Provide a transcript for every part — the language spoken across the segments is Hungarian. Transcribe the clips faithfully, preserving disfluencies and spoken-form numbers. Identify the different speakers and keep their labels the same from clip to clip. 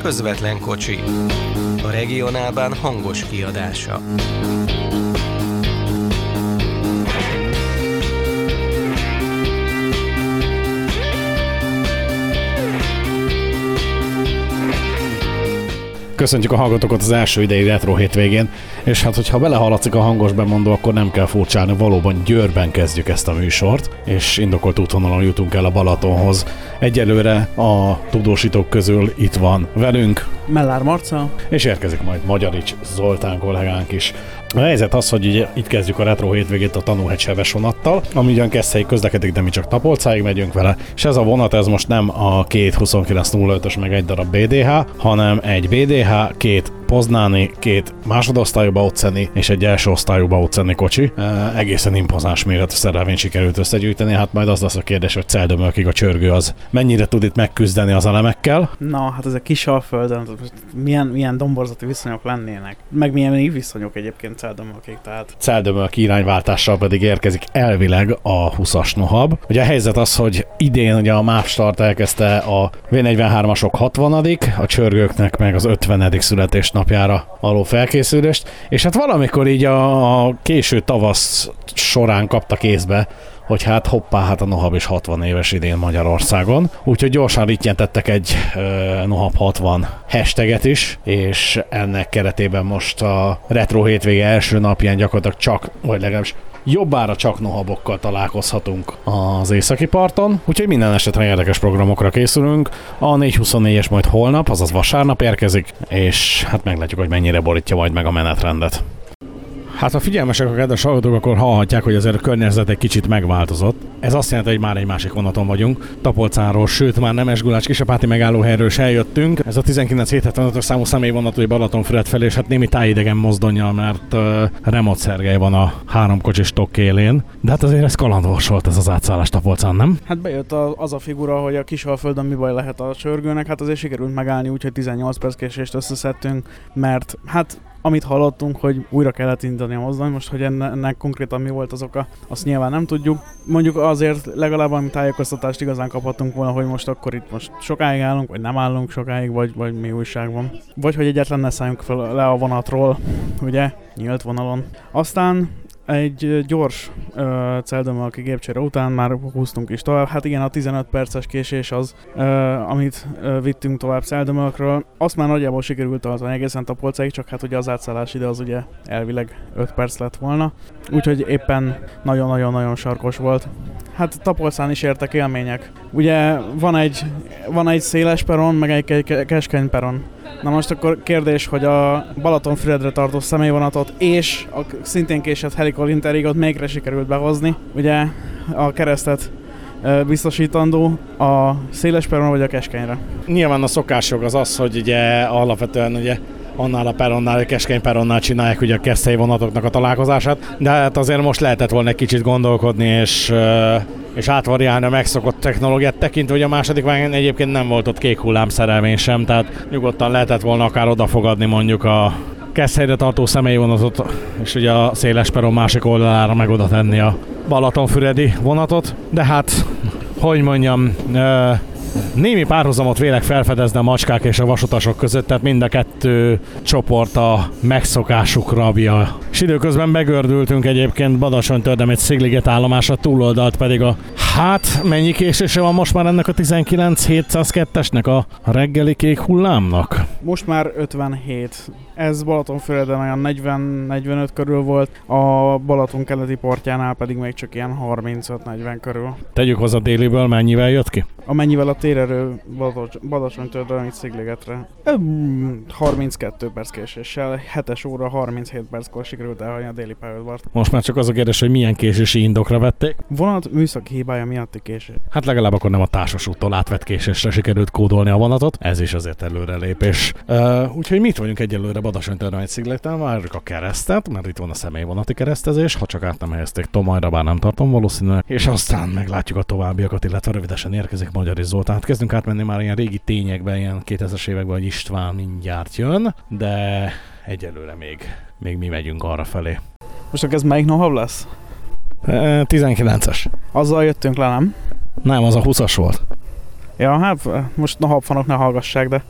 Speaker 1: közvetlen kocsi. A regionálban hangos kiadása.
Speaker 2: Köszöntjük a hallgatókat az első idei Retro hétvégén, és hát hogyha belehaladszik a hangos bemondó, akkor nem kell furcsálni, valóban Győrben kezdjük ezt a műsort, és indokolt útvonalon jutunk el a Balatonhoz. Egyelőre a tudósítók közül itt van velünk
Speaker 3: Mellár Marca,
Speaker 2: és érkezik majd Magyarics Zoltán kollégánk is. A helyzet az, hogy ugye itt kezdjük a Retro hétvégét a Tanúhegy Seves vonattal, ami ugyan Keszthelyig közlekedik, de mi csak Tapolcáig megyünk vele, és ez a vonat ez most nem a két huszonkilenc nulla ötös meg egy darab bé dé há, hanem egy bé dé há, két poznáni, két másodosztályú Bauceni és egy első osztályú Bauceni kocsi. E, egészen impozáns méretű szerelvényt sikerült összegyűjteni, hát majd az lesz a kérdés, hogy Celdömölkig a csörgő az mennyire tud itt megküzdeni az elemekkel.
Speaker 3: Na, hát ezek Kisalföldön, milyen, milyen domborzati viszonyok lennének, meg milyen viszonyok egyébként Celdömölkig, tehát.
Speaker 2: Celdömölk irányváltással pedig érkezik elvileg a húszas Nohab. Ugye a helyzet az, hogy idén ugye a Mávstart elkezdte a vé negyvenhármasok hatvanadik, a csörgőknek meg az ötvenedik születésnapjára való felkészülést, és hát valamikor így a, a késő tavasz során kapta kézbe, hogy hát hoppá, hát a Nohab is hatvan éves idén Magyarországon. Úgyhogy gyorsan rittyentettek egy uh, Nohab hatvan hashtaget is, és ennek keretében most a Retro hétvége első napján gyakorlatilag csak, vagy legalábbis jobbára csak Nohabokkal találkozhatunk az északi parton, úgyhogy minden esetre érdekes programokra készülünk. A négyszázhuszonnégyes majd holnap, azaz vasárnap érkezik, és hát meglátjuk, hogy mennyire borítja majd meg a menetrendet. Hát ha figyelmesek a kedves hallgatók, akkor hallhatják, hogy azért a környezet egy kicsit megváltozott. Ez azt jelenti, hogy már egy másik vonaton vagyunk. Tapolcáról, sőt már Nemesgulács Kisapáti megállóhelyről is eljöttünk. Ez a tizenkilenc hétszázhetvenötös számú személyvonat, hogy Balatonfüred felé, és hát némi tájidegen mozdonnyal, mert uh, Remote Szergely van a három kocsis tokk élén. De hát azért ez kalandos volt ez az átszállás Tapolcán, nem?
Speaker 3: Hát bejött a, az a figura, hogy a Kisalföldön mi baj lehet a csörgőnek, hát azért sikerült megállni, úgyhogy tizennyolc perc késést összeszedtünk, mert hát amit hallottunk, hogy újra kellett indítani a mozdony, most, hogy ennek konkrétan mi volt az oka, azt nyilván nem tudjuk. Mondjuk azért legalább ami tájékoztatást igazán kaphatunk volna, hogy most akkor itt most sokáig állunk, vagy nem állunk sokáig, vagy, vagy mi újság van. Vagy hogy egyáltalán ne szálljunk fel le a vonatról, ugye, nyílt vonalon. Aztán egy gyors uh, Celdömölki gépcsere után már húztunk is tovább. Hát igen, a tizenöt perces késés az, uh, amit uh, vittünk tovább Celdömölkről. Azt már nagyjából sikerült tartani egészen Tapolcáig, csak hát ugye az átszállás ide az ugye elvileg öt perc lett volna. Úgyhogy éppen nagyon-nagyon-nagyon sarkos volt. Hát Tapolcán is értek élmények. Ugye van egy, van egy széles peron, meg egy keskeny peron. Na most akkor kérdés, hogy a Balatonfüredre tartó személyvonatot és a szintén késett Helical Interigot melyikre sikerült behozni. Ugye a keresztet biztosítandó a széles peron vagy a keskenyre.
Speaker 2: Nyilván a szokásjog az az, hogy ugye alapvetően ugye annál a peronnál, a keskeny peronnál csinálják ugye a keszthelyi vonatoknak a találkozását, de hát azért most lehetett volna egy kicsit gondolkodni, és, és átvariálni a megszokott technológiát tekintve, hogy a második vágón egyébként nem volt ott kék hullám szerelvény sem, tehát nyugodtan lehetett volna akár odafogadni mondjuk a Keszthelyre tartó személyvonatot, és ugye a széles peron másik oldalára meg oda tenni a Balatonfüredi vonatot, de hát, hogy mondjam, némi párhuzamot vélek felfedezni a macskák és a vasutasok között, tehát mind a kettő csoport a megszokásuk rabja. És időközben begördültünk egyébként Badacsony-Tördemét Szigliget állomásra, túloldalt pedig a hát mennyi késése van most már ennek a tizenkilenc hétszázkettesnek a reggeli kék hullámnak?
Speaker 3: Most már ötvenhét. Ez Balatonfüreden olyan negyven-negyvenöt körül volt, a Balaton keleti partjánál pedig még csak ilyen harmincöt-negyven körül.
Speaker 2: Tegyük hozzá déliből, mennyivel jött ki?
Speaker 3: Amennyivel a térerő Badacsony-Tördemét Szigligetre. harminckettő perc késéssel, hetes óra harminchét perckor sikerült elhagyni a déli pályaudvart.
Speaker 2: Most már csak az a kérdés, hogy milyen késési indokra vették?
Speaker 3: Vonat műszaki hibája miatti késés.
Speaker 2: Hát legalább akkor nem a társasúttól átvett késésre sikerült kódolni a vonatot. Ez is azért előrelépés. Uh, úgyhogy mit vagyunk egyelőre Badacsony-Tördemét Szigleten? Várjuk a keresztet, mert itt van a személyvonati keresztezés, ha csak át nem helyezték Tomajra, bár nem tartom valószínűleg. És aztán meglátjuk a továbbiakat, illetve rövidesen érkezik Magyarics Zoltán. Kezdünk átmenni már ilyen régi tényekben, ilyen kétezres években, hogy István mindjárt jön, de egyelőre még, még mi megyünk arra felé.
Speaker 3: Most akkor ez melyik Nohab lesz?
Speaker 2: E, tizenkilences.
Speaker 3: Azzal jöttünk le, nem?
Speaker 2: Nem, az a húszas volt.
Speaker 3: Ja, hát most Nohab fanok ne hallgassák, de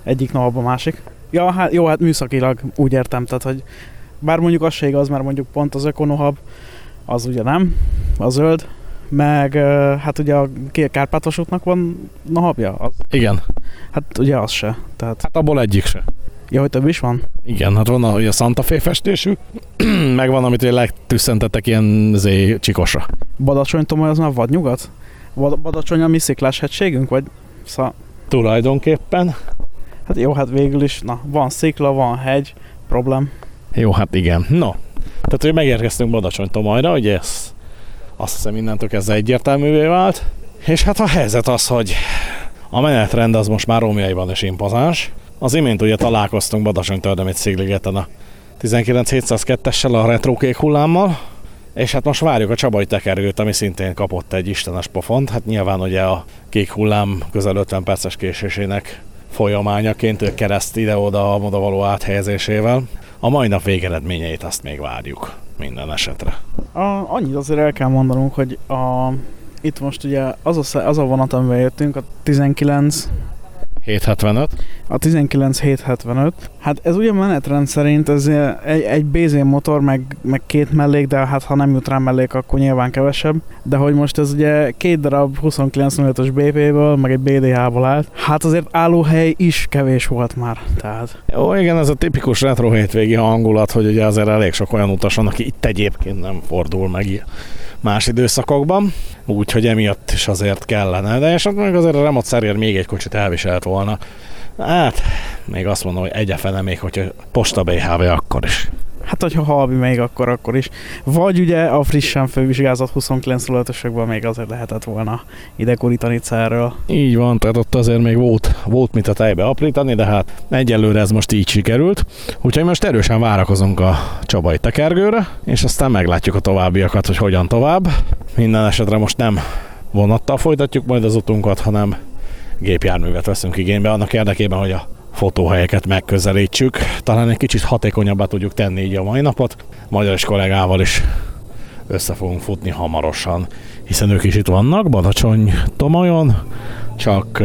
Speaker 3: egyik nap a másik. Ja, hát jó, hát műszakilag úgy értem, tehát hogy bár mondjuk az se igaz, mert mondjuk pont az ökonohab, az ugye nem, a zöld, meg hát ugye a Kárpátos útnak van nohabja? Az.
Speaker 2: Igen.
Speaker 3: Hát ugye az se. Tehát...
Speaker 2: Hát abból egyik se.
Speaker 3: Ja, hogy több is van?
Speaker 2: Igen, hát van a, a Santa Fe festésű, meg van, amit legtüsszentettek ilyen zé csikosra.
Speaker 3: Badacsony-Tomoly az már vadnyugat? Badacsony a mi sziklás hegységünk, vagy? Szá...
Speaker 2: Tulajdonképpen.
Speaker 3: Hát jó, hát végül is, na, van szikla, van hegy, problém.
Speaker 2: Jó, hát igen. No, tehát hogy megérkeztünk Badacsony-Tomolyra, ugye ez azt hiszem innentől kezdve egyértelművé vált. És hát a helyzet az, hogy a menetrend az most már romjaiban is impozáns. Az imént ugye találkoztunk Badacsony-Tordemét-Szigligeten a tizenkilenc hétszázkettessel, a retro kék hullámmal, és hát most várjuk a Csabai tekergőt, ami szintén kapott egy istenes pofont. Hát nyilván ugye a kék hullám közel ötven perces késésének folyamányaként ő kereszt ide-oda a moda való áthelyezésével. A mai nap végeredményeit azt még várjuk minden esetre.
Speaker 3: A, annyit azért el kell mondanunk, hogy a, itt most ugye az a, az a vonat, amivel jöttünk, a tizenkilenc
Speaker 2: hétszázhetvenöt.
Speaker 3: A tizenkilenc hétszázhetvenöt. Hát ez ugye menetrend szerint ez egy, egy bé zé motor, meg, meg két mellék, de hát ha nem jut rá mellék, akkor nyilván kevesebb. De hogy most ez ugye két darab huszonkilenc nulla ötös bé pé-ből, meg egy bé dé há-ból állt. Hát azért állóhely is kevés volt már. Tehát.
Speaker 2: Jó, igen, ez a tipikus retro hétvégi hangulat, hogy ugye azért elég sok olyan utas van, aki itt egyébként nem fordul meg más időszakokban, úgyhogy emiatt is azért kellene, de és meg azért a Remote Serrier még egy kocsit elviselt volna. Hát, még azt mondom, hogy egyefele még, hogyha Posta bé há vé akkor is.
Speaker 3: Hát, hogyha halbi még akkor, akkor is. Vagy ugye a frissen fővizsgázott huszonkilenc nulla ötösökből még azért lehetett volna ide kurítani celről.
Speaker 2: Így van, tehát ott azért még volt, volt mit a tejbe aprítani, de hát egyelőre ez most így sikerült. Úgyhogy most erősen várakozunk a Csabai tekergőre, és aztán meglátjuk a továbbiakat, hogy hogyan tovább. Minden esetre most nem vonattal folytatjuk majd az utunkat, hanem gépjárművet veszünk igénybe annak érdekében, hogy a fotóhelyeket megközelítsük. Talán egy kicsit hatékonyabbá tudjuk tenni így a mai napot. Magyar és kollégával is össze fogunk futni hamarosan, hiszen ők is itt vannak, Badacsony-Tomolyon, csak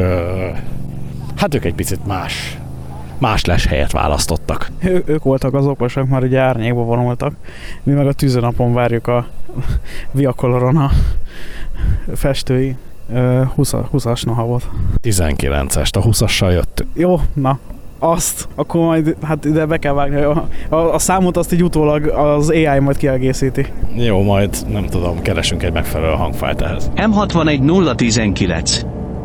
Speaker 2: hát ők egy picit más, más les helyet választottak.
Speaker 3: Ő, ők voltak az okosak, már ugye árnyékba vonultak. Mi meg a tűzönapon várjuk a Via Coloron a festői húszas nohabot.
Speaker 2: tizenkilencest, a húszassal jöttünk.
Speaker 3: Jó, na, azt, akkor majd, hát ide be kell vágni. A, a, a számot azt így utólag az á i majd kiegészíti.
Speaker 2: Jó, majd nem tudom, keresünk egy megfelelő hangfájt ehhez.
Speaker 4: M hatvanegy nulla tizenkilenc.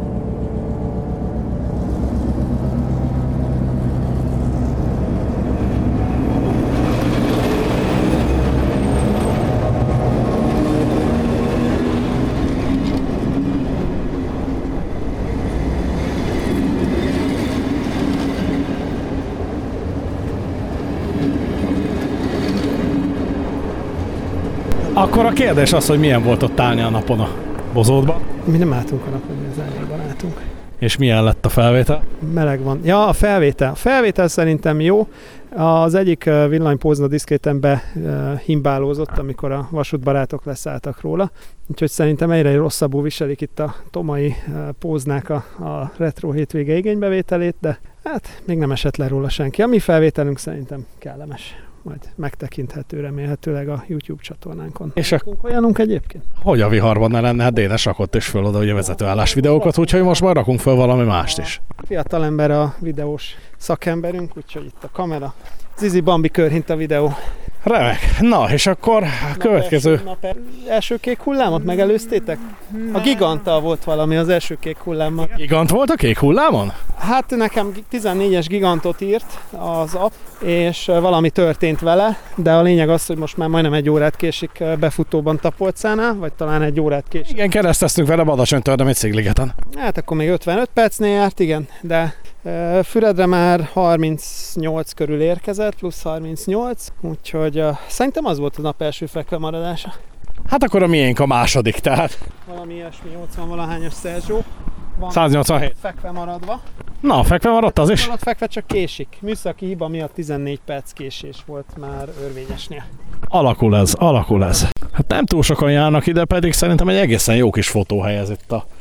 Speaker 2: Akkor a kérdés az, hogy milyen volt ott állni a napon a Bozótban.
Speaker 5: Mi nem álltunk a napon, mi az árnyékban álltunk.
Speaker 2: És milyen lett a felvétel?
Speaker 5: Meleg van. Ja, a felvétel. A felvétel szerintem jó. Az egyik villanypózna diszkréten behimbálózott, amikor a vasútbarátok leszálltak róla. Úgyhogy szerintem egyre rosszabbul viselik itt a tomai póznák a, a retro hétvége igénybevételét, de hát még nem esett le róla senki. A mi felvételünk szerintem kellemes. Majd megtekinthető remélhetőleg a YouTube csatornánkon. És a... olyanunk egyébként?
Speaker 2: Hogy a viharban ne lenne, hát Dénes rakott is föl oda ugye vezetőállás videókat, úgyhogy most már rakunk föl valami mást is.
Speaker 5: Fiatal ember a videós szakemberünk, úgyhogy itt a kamera. Zizi Bambi körhint a videó.
Speaker 2: Remek. Na, és akkor a következő...
Speaker 5: Első, nap első kék hullámot megelőztétek? A Giganttal volt valami az első kék hullámmal.
Speaker 2: Gigant volt a kék hullámon?
Speaker 5: Hát nekem tizennégyes Gigantot írt az app, és valami történt vele, de a lényeg az, hogy most már majdnem egy órát késik befutóban Tapolcánál, vagy talán egy órát késik.
Speaker 2: Igen, kereszteztünk vele Badacsony-Tordemét-Szigligeten.
Speaker 5: Hát akkor még ötvenöt percnél járt, igen, de Füredre már harmincnyolc körül érkezett, plusz harmincnyolc, úgyhogy uh, szerintem az volt a nap első fekve maradása.
Speaker 2: Hát akkor a miénk a második, tehát.
Speaker 5: Valami ilyesmi, nyolcvan-valahányas Szerzsó. Van
Speaker 2: száznyolcvanhét.
Speaker 5: Fekve maradva.
Speaker 2: Na, fekve maradt az is?
Speaker 5: Van ott fekve, csak késik. Műszaki hiba miatt tizennégy perc késés volt már örvényesnél.
Speaker 2: Alakul ez, alakul ez. Hát nem túl sokan járnak ide, pedig szerintem egy egészen jó kis fotóhely ez itt a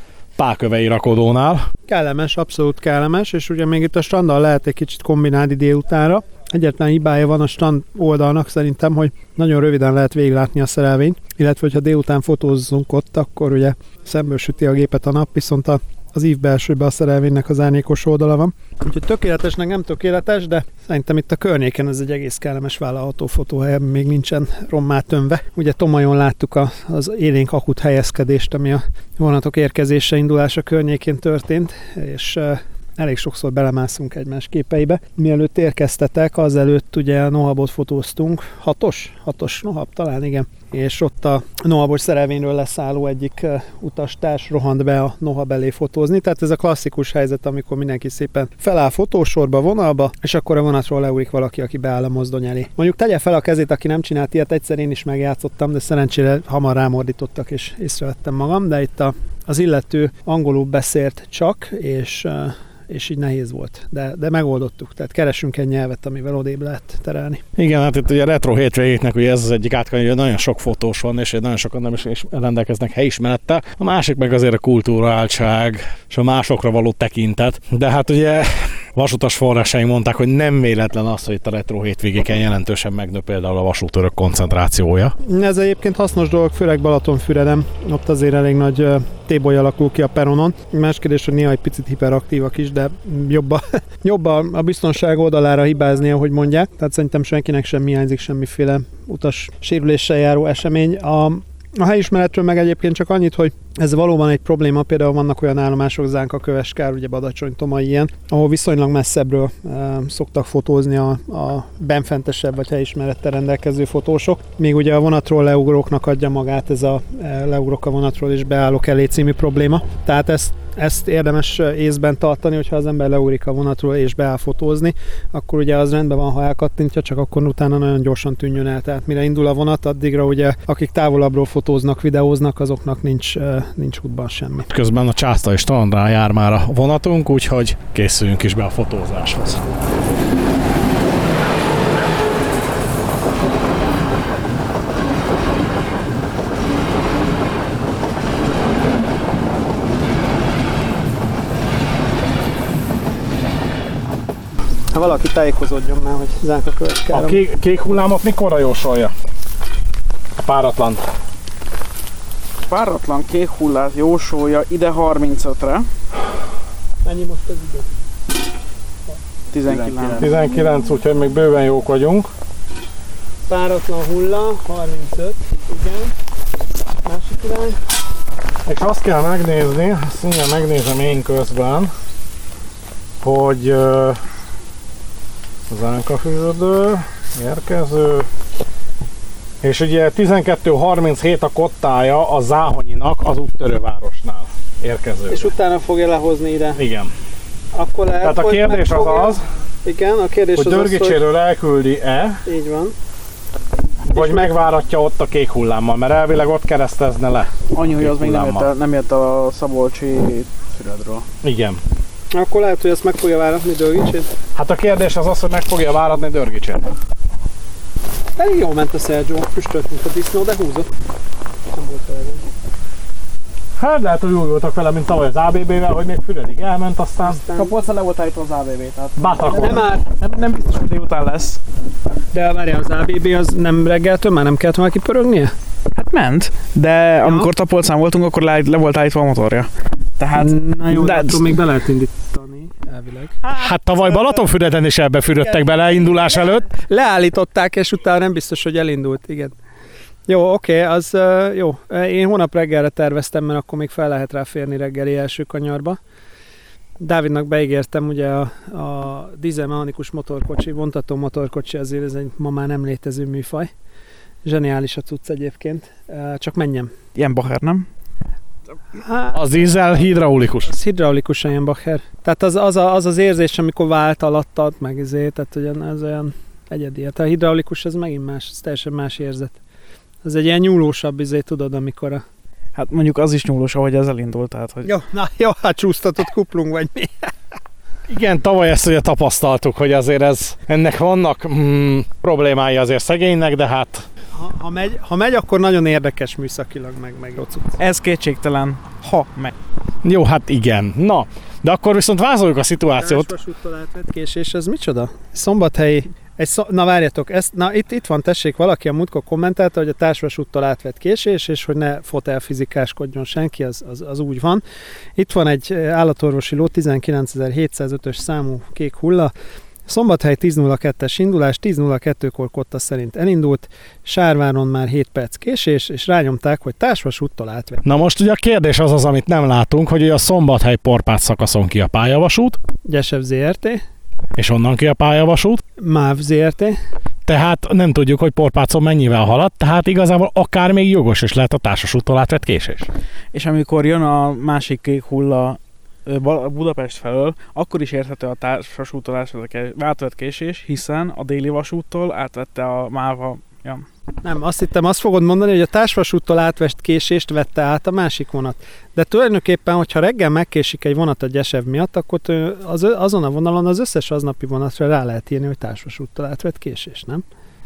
Speaker 2: Pálkövei rakodónál.
Speaker 5: Kellemes, abszolút kellemes, és ugye még itt a strandal lehet egy kicsit kombinálni délutánra. Egyetlen hibája van a strand oldalnak szerintem, hogy nagyon röviden lehet végiglátni a szerelvényt, illetve hogyha délután fotózzunk ott, akkor ugye szemből süti a gépet a nap, viszont a az ív belsőben a szerelvénynek az árnyékos oldala van. Úgyhogy tökéletesnek nem tökéletes, de szerintem itt a környéken ez egy egész kellemes vállalható fotóhely, még nincsen rommá tömve. Ugye Tomajon láttuk a, az élénk akut helyezkedést, ami a vonatok érkezése, indulása környékén történt, és uh, elég sokszor belemászunk egymás képeibe. Mielőtt érkeztetek, azelőtt ugye a Nohabot fotóztunk, hatos? Hatos Nohab talán, igen. És ott a Nohabos szerelvényről leszálló egyik uh, utastárs rohant be a Nohab elé fotózni. Tehát ez a klasszikus helyzet, amikor mindenki szépen feláll fotósorba, vonalba, és akkor a vonatról leúrik valaki, aki beáll a mozdony elé. Mondjuk tegye fel a kezét, aki nem csinált ilyet, egyszer én is megjátszottam, de szerencsére hamar rámordítottak, és észrevettem magam, de itt a, az illető angolul beszélt csak, és uh, és így nehéz volt, de, de megoldottuk, tehát keresünk egy nyelvet, amivel odébb lehet terelni.
Speaker 2: Igen, hát itt ugye retro hétvégéknek ugye ez az egyik átkány, hogy nagyon sok fotós van, és nagyon sokan nem is, is rendelkeznek helyismerettel. A másik meg azért a kulturáltság és a másokra való tekintet, de hát ugye vasutas forrásaink mondták, hogy nem véletlen az, hogy itt a retro hétvégéken jelentősen megnő például a vasútörök koncentrációja.
Speaker 5: Ez egyébként hasznos dolog, főleg Balatonfüreden, ott azért elég nagy téboly alakul ki a peronon. Más kérdés, hogy néha egy picit hiperaktívak is, de jobb a, jobb a biztonság oldalára hibázni, ahogy mondják. Tehát szerintem senkinek sem hiányzik semmiféle utas sérüléssel járó esemény. A A helyismeretről meg egyébként csak annyit, hogy ez valóban egy probléma, például vannak olyan állomások, Zánka, Köveskár, ugye Badacsony, Toma ilyen, ahol viszonylag messzebbről e, szoktak fotózni a, a benfentesebb vagy helyismerettel rendelkező fotósok. Még ugye a vonatról leugróknak adja magát ez a e, leugrok a vonatról és beállok elé című probléma. Tehát ezt Ezt érdemes észben tartani, hogyha az ember leugrik a vonatról és beáll fotózni, akkor ugye az rendben van, ha elkattintja, csak akkor utána nagyon gyorsan tűnjön el. Tehát mire indul a vonat, addigra ugye akik távolabbról fotóznak, videóznak, azoknak nincs, nincs útban semmi.
Speaker 2: Közben a Császtai strandra jár már a vonatunk, úgyhogy készüljünk is be a fotózáshoz.
Speaker 5: Ha valaki tájékozódjon már, hogy Zánka Köveskáron.
Speaker 2: A kék, kék hullámot mikorra jósolja? A páratlan.
Speaker 3: Páratlan kék hullát jósolja ide harmincötre.
Speaker 5: Mennyi most az idő?
Speaker 3: tizenkilenc.
Speaker 2: tizenkilenc, úgyhogy még bőven jók vagyunk.
Speaker 5: Páratlan hulla, harmincöt, igen. Másik irány.
Speaker 2: És azt kell megnézni, azt mindjárt megnézem én közben, hogy uh, Zánkafürdő, érkező, és ugye tizenkettő harminchét a kottája a Záhonyinak az Úttörővárosnál érkező.
Speaker 5: És utána fogja lehozni ide.
Speaker 2: Igen.
Speaker 5: Akkor lehet,
Speaker 2: Tehát a kérdés az az,
Speaker 5: igen, a kérdés
Speaker 2: hogy
Speaker 5: az
Speaker 2: Dörgicséről
Speaker 5: az,
Speaker 2: elküldi-e,
Speaker 5: hogy... Így van.
Speaker 2: vagy megváratja ott a kék hullámmal, mert elvileg ott keresztezne le.
Speaker 3: Annyi, hogy az még nem jött, el, nem jött a Szabolcsi Füredről.
Speaker 2: Igen.
Speaker 5: Akkor lehet, hogy ezt meg fogja váratni Dörgicsét.
Speaker 2: Hát a kérdés az az, hogy meg fogja váratni Dörgicsét.
Speaker 5: Elég jól ment a Sergio, füstölt, mint a disznó, de húzott. Nem volt olyan.
Speaker 2: Hát lehet, hogy úgy voltak vele, mint tavaly az á bé bé-vel, hogy még Füredig elment, aztán...
Speaker 5: Aztán...
Speaker 3: Kapolca le volt állítva az á bé bé, tehát
Speaker 2: Bátrakon.
Speaker 5: Nem, már,
Speaker 3: nem, nem biztos, hogy délután lesz.
Speaker 5: de várjál, az á bé bé az nem reggeltől már nem kellett volna kipörögnie?
Speaker 3: Hát ment, de ja. Amikor Tapolcán voltunk, akkor le, le volt állítva a motorja. Tehát...
Speaker 5: Na jó,
Speaker 3: de...
Speaker 5: attól még be lehet indítani, elvileg.
Speaker 2: Hát tavaly Balatonfüreden is ebbe fürödtek bele indulás előtt.
Speaker 5: Leállították, és utána nem biztos, hogy elindult, igen. Jó, oké, okay, az uh, jó. Én hónap reggelre terveztem, mert akkor még fel lehet rá férni reggeli első kanyarba. Dávidnak beígértem, ugye a, a dízelmechanikus motorkocsi, vontató motorkocsi azért ez egy ma már nem létező műfaj. Zseniális a cucc egyébként, uh, csak menjem.
Speaker 3: Ilyen bacher, nem?
Speaker 5: Hát,
Speaker 2: Az dízel hidraulikus.
Speaker 5: az hidraulikusan ilyen bacher. Tehát az az, a, az, az érzés, amikor vált alattad, meg ezért, tehát ugyan, ez olyan egyedi. Hát a hidraulikus az megint más, ez teljesen más érzet. Ez egy ilyen nyúlósabb izé, tudod, amikor a...
Speaker 3: Hát mondjuk az is nyúlós, ahogy ez elindult, tehát hogy...
Speaker 5: Jó, na jó, hát csúsztatott kuplung vagy mi?
Speaker 2: Igen, tavaly ezt ugye tapasztaltuk, hogy azért ez, ennek vannak mm, problémái azért szegénynek, de hát...
Speaker 5: Ha, ha, megy, ha megy, akkor nagyon érdekes műszakilag, meg, meg rocuc.
Speaker 3: Ez kétségtelen, ha megy.
Speaker 2: Jó, hát igen. Na, de akkor viszont vázoljuk a szituációt.
Speaker 5: Társvasúttól átvett késés, ez micsoda? Szombathelyi Egy szó, na várjatok, ezt, na itt, itt van, tessék, valaki a múltkor kommentálta, hogy a társvasúttal átvett késés, és hogy ne fotelfizikáskodjon senki, az, az, az úgy van. Itt van egy állatorvosi ló, tizenkilencezer-hétszázötös számú kék hulla, Szombathely tíz nulla kettes indulás, tíz nulla kettőkor Kotta szerint elindult, Sárváron már hét perc késés, és rányomták, hogy társvasúttól átvett.
Speaker 2: Na most ugye a kérdés az az, amit nem látunk, hogy a Szombathely-Porpát szakaszon ki a pályavasút,
Speaker 5: Gyesev zé er té,
Speaker 2: és onnan ki a pályavasút,
Speaker 5: MÁV zé er té,
Speaker 2: tehát nem tudjuk, hogy Porpácon mennyivel haladt, tehát igazából akár még jogos is lehet a társasúttól átvett késés.
Speaker 3: És amikor jön a másik kék hulla Budapest felől, akkor is érthető a társasúttól átvett késés, hiszen a déli vasúttól átvette a MÁV-a. Ja.
Speaker 5: Nem, azt hittem, azt fogod mondani, hogy a társvasúttól átvett késést vette át a másik vonat. De tulajdonképpen, hogyha reggel megkésik egy vonat a Gyesev miatt, akkor az, azon a vonalon az összes aznapi vonatra rá lehet írni, hogy társvasúttól átvett késés, nem?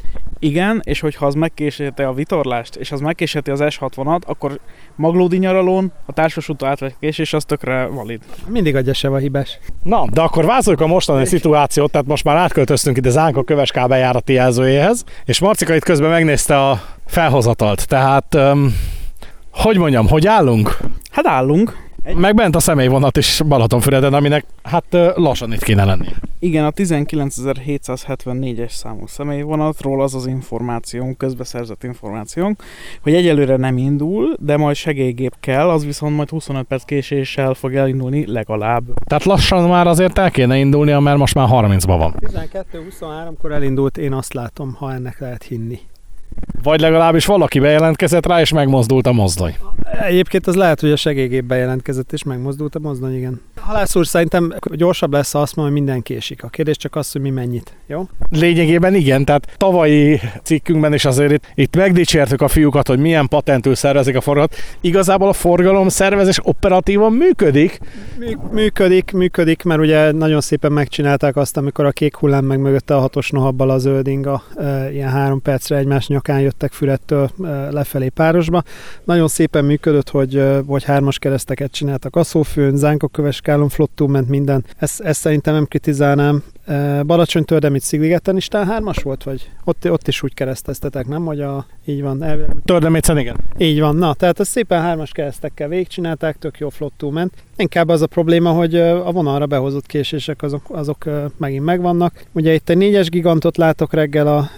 Speaker 3: Igen, és hogyha az megkésélte a vitorlást, és az megkésélte az es hatvanat, akkor Maglódi nyaralón a társvasúttól átvett késés az tökre valid.
Speaker 5: Mindig a Gyesev a hibás.
Speaker 2: Na, de akkor vázoljuk a mostani szituációt, tehát most már átköltöztünk ide Zánka Köveská bejárati jelzőjéhez, és Marcika itt közben megnézte a felhozatalt, tehát um, hogy mondjam, hogy állunk?
Speaker 3: Hát állunk.
Speaker 2: Egy... Meg bent a személyvonat is Balatonfüreden, aminek hát lassan itt kéne lenni.
Speaker 3: Igen, a tizenkilencezer-hétszázhetvennégyes számú személyvonatról az az információnk, közbeszerzett információnk, hogy egyelőre nem indul, de majd segélygép kell, az viszont majd huszonöt perc késéssel fog elindulni legalább.
Speaker 2: Tehát lassan már azért el kéne indulnia, mert most már harmincban van.
Speaker 5: tizenkettő huszonháromkor elindult, én azt látom, ha ennek lehet hinni.
Speaker 2: Vagy legalábbis valaki bejelentkezett rá, és megmozdult a mozdony.
Speaker 5: Egyébként az lehet, hogy a segélygép bejelentkezett, és megmozdult a mozdony, igen. Halász úr, szerintem gyorsabb lesz, ha azt mondom, hogy minden késik. A kérdés csak az, hogy mi mennyit, jó?
Speaker 2: Lényegében igen, tehát tavalyi cikkünkben is azért itt, itt megdicsértük a fiúkat, hogy milyen patentül szervezik a forgalmat. Igazából a forgalom szervezés operatívan működik.
Speaker 5: Mű, működik, működik, mert ugye nagyon szépen megcsinálták azt, amikor a kék hullám meg mögötte a hatos nohabbal a zöld inga e, ilyen három percre egymás nyakán jöttek Fürettől e, lefelé párosba. Nagyon szépen működött, hogy, e, hogy hármas kereszteket csináltak Aszófőn, Zánka Köveskálon flottul ment minden. Ezt, ezt szerintem nem kritizálnám. E, Balacsony-Tördemit Szigligeten is talán hármas volt, vagy ott, ott is úgy kereszteztetek, nem? Hogy a, így van.
Speaker 2: Tördemicen, igen.
Speaker 5: Így van. Na, tehát ezt szépen hármas keresztekkel végigcsinálták, tök jó flottul ment. Inkább az a probléma, hogy a vonalra behozott késések azok, azok megint megvannak. Ugye itt egy négyes gigantot látok reggel a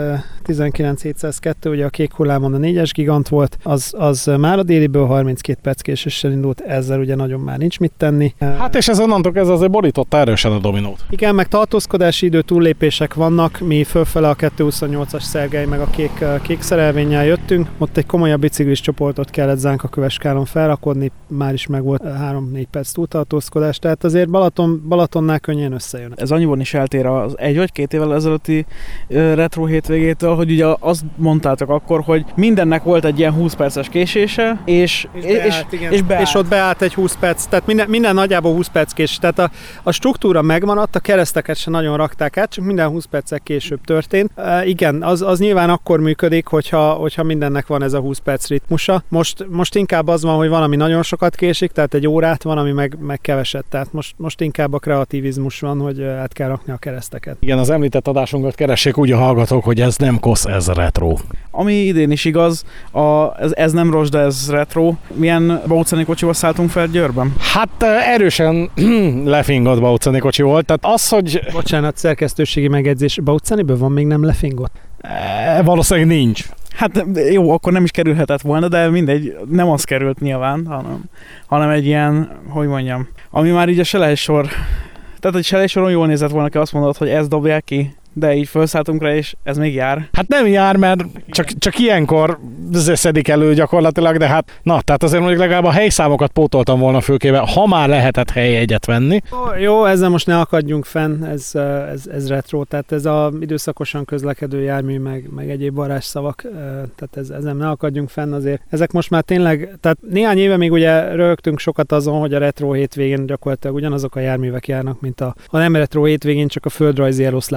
Speaker 5: tizenkilenc-hétszázkettő, ugye a kék hullámon a négyes gigant volt, az, az már a déliből harminckét perc késéssel indult, ezzel ugye nagyon már nincs mit tenni.
Speaker 2: Hát és ez onnantól ez azért borította erősen a dominót.
Speaker 5: Igen, meg tartózkodási idő túllépések vannak, mi fölfele a kettőszázhuszonnyolcas Szergely meg a kék, kék szerelvénnyel jöttünk, ott egy komolyabb biciklis csoportot kellett Zánka Köveskálon felrakodni, már is meg volt három-négy perc túltartózkodás, tehát azért Balaton, Balatonnál könnyen összejön.
Speaker 3: Ez annyiban is eltér az egy vagy két évvel ezelőtti uh, retro hétvégétől, hogy ugye azt mondtátok akkor, hogy mindennek volt egy ilyen húsz perces késése, és,
Speaker 5: és, beállt, és,
Speaker 3: és, beállt.
Speaker 5: és ott beállt egy húsz perc, tehát minden, minden nagyjából húsz perc késés, tehát a, a struktúra megmaradt, a kereszteket se nagyon rakták át, csak minden húsz perccel később történt. Uh, igen, az, az nyilván akkor működik, hogyha, hogyha mindennek van ez a húsz perc ritmusa. Most, most inkább az van, hogy valami nagyon sokat késik, tehát egy órát van, ami meg, meg keveset. Tehát most, most inkább a kreativizmus van, hogy át kell rakni a kereszteket.
Speaker 2: Igen, az említett adásunkat keressék úgy a hallgatók, hogy ez nem kosz, ez retro.
Speaker 3: Ami idén is igaz, a, ez, ez nem rozsda, ez retro. Milyen Baucani kocsival szálltunk fel Győrben?
Speaker 2: Hát erősen lefingott Baucani kocsi volt, tehát az, hogy...
Speaker 5: Bocsánat, szerkesztőségi megjegyzés, Baucaniből van még nem lefingott?
Speaker 2: E, valószínűleg nincs.
Speaker 3: Hát jó, akkor nem is kerülhetett volna, de mindegy, nem az került nyilván, hanem, hanem egy ilyen, hogy mondjam, ami már így a selejsor, tehát egy selejsoron jól nézett volna, hogy azt mondod, hogy ezt dobják ki, de így felszálltunk rá, és ez még jár.
Speaker 2: Hát nem jár, mert csak, csak ilyenkor szedik elő gyakorlatilag, de hát na, tehát azért mondjuk legalább a helyszámokat pótoltam volna fülkébe, ha már lehetett helyjegyet venni.
Speaker 5: Jó, ezzel most ne akadjunk fenn, ez, ez, ez retro, tehát ez az időszakosan közlekedő jármű, meg, meg egyéb varázsszavak, tehát ez, ezen ne akadjunk fenn azért. Ezek most már tényleg, tehát néhány éve még ugye röhögtünk sokat azon, hogy a retro hétvégén gyakorlatilag ugyanazok a járművek járnak, mint a, a nem retro hétvégén, csak a földrajzi eloszlás változik.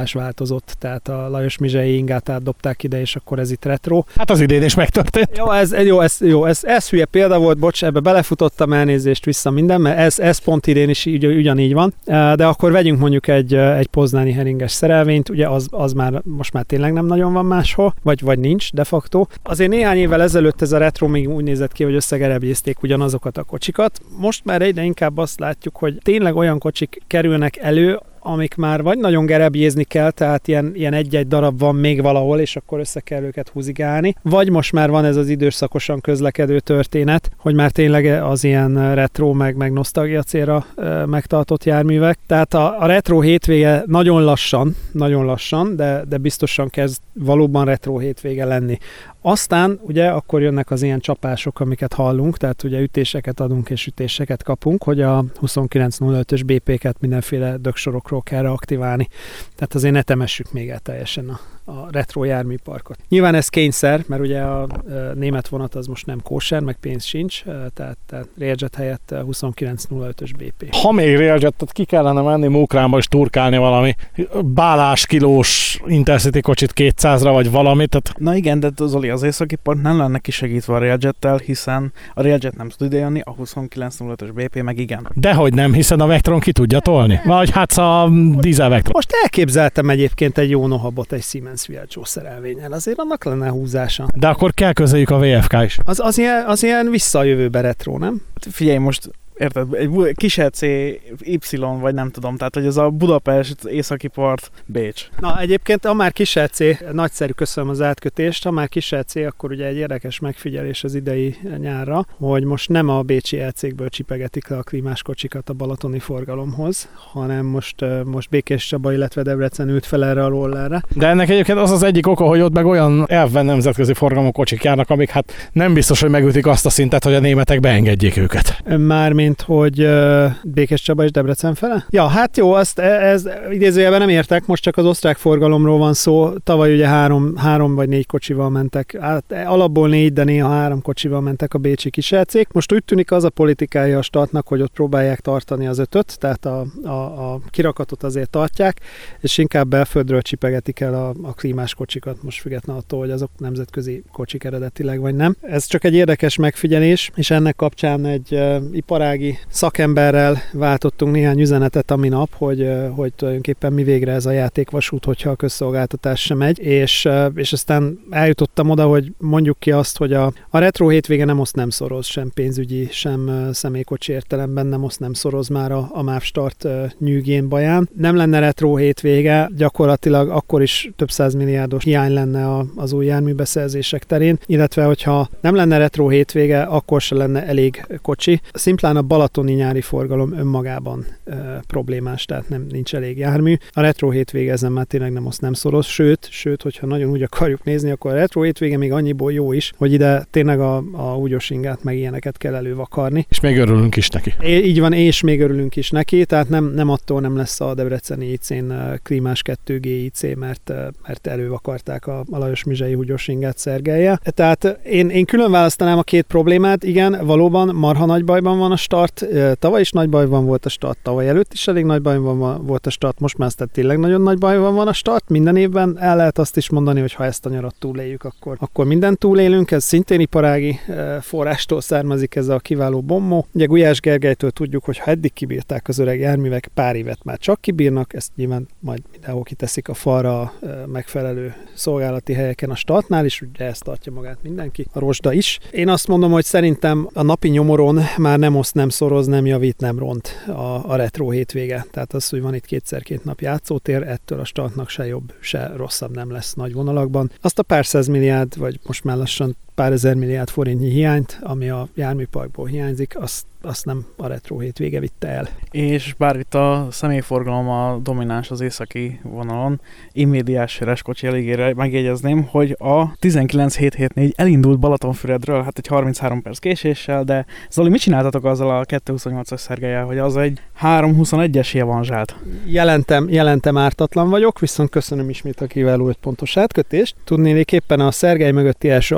Speaker 5: változott, tehát a Lajos Mizsei ingát átdobták ide, és akkor ez itt retro.
Speaker 2: Hát az idén is megtörtént.
Speaker 5: Jó, ez, jó, ez, jó, ez, ez hülye példa volt, bocs, ebbe belefutottam, elnézést vissza minden, mert ez, ez pont idén is így, ugyanígy van, de akkor vegyünk mondjuk egy, egy poznáni heringes szerelvényt, ugye az, az már most már tényleg nem nagyon van máshol, vagy, vagy nincs de facto. Azért néhány évvel ezelőtt ez a retro még úgy nézett ki, hogy összegerebjézték ugyanazokat a kocsikat. Most már egyre inkább azt látjuk, hogy tényleg olyan kocsik kerülnek elő, amik már vagy nagyon gerebjézni kell, tehát ilyen, ilyen egy-egy darab van még valahol, és akkor össze kell őket húzigálni, vagy most már van ez az időszakosan közlekedő történet, hogy már tényleg az ilyen retro, meg, meg nosztalgia célra e, megtartott járművek. Tehát a, a retro hétvége nagyon lassan, nagyon lassan, de, de biztosan kezd valóban retro hétvége lenni. Aztán ugye akkor jönnek az ilyen csapások, amiket hallunk, tehát ugye ütéseket adunk és ütéseket kapunk, hogy a huszonkilenc nulla ötös bé pé-ket mindenféle dögsorokról kell reaktiválni. Tehát azért ne temessük még el teljesen a, a retro járműparkot. Nyilván ez kényszer, mert ugye a, a német vonat az most nem kóser, meg pénz sincs, tehát, tehát Railjet helyett huszonkilenc nulla ötös bé pé.
Speaker 2: Ha még Railjetet ki kellene menni Mókránba és turkálni valami bálás kilós Intercity kocsit kétszázra vagy valamit. Tehát...
Speaker 3: Na igen, de Zoli, az északi part nem lenne kisegítve a Railjettel, hiszen a Railjet nem tud idejönni, a huszonkilenc nulla ötös bé pé meg igen.
Speaker 2: Dehogy nem, hiszen a Vectron ki tudja tolni. Vagy hát a dízel Vectron.
Speaker 5: Most elképzeltem egyébként egy jó nohabot egy Siemens Viaggio szerelvénnyel, azért annak lenne húzása.
Speaker 2: De akkor kell közeljük a vé ef ká is.
Speaker 5: Az, az, ilyen, az ilyen vissza a jövőbe retro, nem?
Speaker 3: Figyelj, most érted, egy kis é cé Y, vagy nem tudom, tehát hogy ez a Budapest, északi part, Bécs.
Speaker 5: Na egyébként, ha már kis é cé, nagyszerű, köszönöm az átkötést, ha már kis é cé, akkor ugye egy érdekes megfigyelés az idei nyárra, hogy most nem a bécsi é cékből csipegetik le a klímás kocsikat a balatoni forgalomhoz, hanem most, most Békés Csaba, illetve Debrecen ült fel erre a rollerre.
Speaker 2: De ennek egyébként az az egyik oka, hogy ott meg olyan elvben nemzetközi forgalmú kocsik járnak, amik hát nem biztos, hogy megütik azt a szintet, hogy a németek beengedjék őket.
Speaker 5: Mármint mint hogy uh, Békés Csaba és Debrecen fele? Ja, hát jó, azt ez idézőjelben nem értek, most csak az osztrák forgalomról van szó. Tavaly ugye három, három vagy négy kocsival mentek, hát alapból négy, de néha három kocsival mentek a bécsi kis é cék. Most úgy tűnik az a politikája a startnak, hogy ott próbálják tartani az ötöt, tehát a, a, a kirakatot azért tartják, és inkább belföldről csipegetik el a, a klímás kocsikat, most függetlenül attól, hogy azok nemzetközi kocsik eredetileg vagy nem. Ez csak egy érdekes megfigyelés, és ennek kapcsán egy uh, iparág szakemberrel váltottunk néhány üzenetet a minap, hogy, hogy tulajdonképpen mi végre ez a játékvasút, hogyha a közszolgáltatás sem megy, és, és aztán eljutottam oda, hogy mondjuk ki azt, hogy a, a retro hétvége nem oszt nem szoroz, sem pénzügyi, sem személykocsi értelemben nem oszt nem szoroz már a, a MÁV Start nyűgén baján. Nem lenne retro hétvége, gyakorlatilag akkor is több százmilliárdos hiány lenne a, az új járműbeszerzések terén, illetve hogyha nem lenne retro hétvége, akkor se lenne elég kocsi. Szimplán a balatoni nyári forgalom önmagában e, problémás, tehát nem, nincs elég jármű. A retro hétvége ezen már tényleg nem oszt nem szoros, sőt, sőt, hogyha nagyon úgy akarjuk nézni, akkor a retro hétvége még annyiból jó is, hogy ide tényleg a, a úgyos ingát meg ilyeneket kell elővakarni.
Speaker 2: És még örülünk is neki.
Speaker 5: É, így van, és még örülünk is neki, tehát nem, nem attól nem lesz a debreceni í cén klímás kettő gé í cé, mert, mert elővakarták a, a Lajos Mizsei úgyos ingát Szergellyel. Tehát én, én külön választanám a két problémát, igen, valóban marha nagy bajban van a Start, tavaly is nagy bajban volt a Start, tavaly előtt is elég nagy bajban volt a Start, most már aztán tényleg nagyon nagy bajban van a Start, minden évben el lehet azt is mondani, hogy ha ezt a nyarat túléljük, akkor, akkor mindent túlélünk, ez szintén iparági forrástól származik ez a kiváló bombó. Ugye Gulyás Gergelytől tudjuk, hogy ha eddig kibírták az öreg járművek, pár évet már csak kibírnak, ezt nyilván majd mindenhol kiteszik a falra a megfelelő szolgálati helyeken a Startnál is, ugye ezt tartja magát mindenki, a Rozsda is. Én azt mondom, hogy szerintem a napi nyomoron már nem oszt, nem szoroz, nem javít, nem ront a, a retro hétvége. Tehát az, hogy van itt kétszer-két nap játszótér, ettől a Startnak se jobb, se rosszabb nem lesz nagy vonalakban. Azt a pár százmilliárd, vagy most már lassan pár ezer milliárd forintnyi hiányt, ami a járműparkból hiányzik, azt, azt nem a retro hétvége vitte el.
Speaker 3: És bár itt a személyforgalom a domináns az északi vonalon, immédiás séres kocsi elégére megjegyezném, hogy a tizenkilenc hét hét négy elindult Balatonfüredről, hát egy harminchárom perc késéssel, de Zoli, mit csináltatok azzal a kettőszázhuszonnyolcas Szergellyel, hogy az egy három huszonegyes javanzsát?
Speaker 5: Jelentem, jelentem ártatlan vagyok, viszont köszönöm ismét a kiváló öt pontos átkötést. Tudnélik éppen a Szergely mögötti első ablakon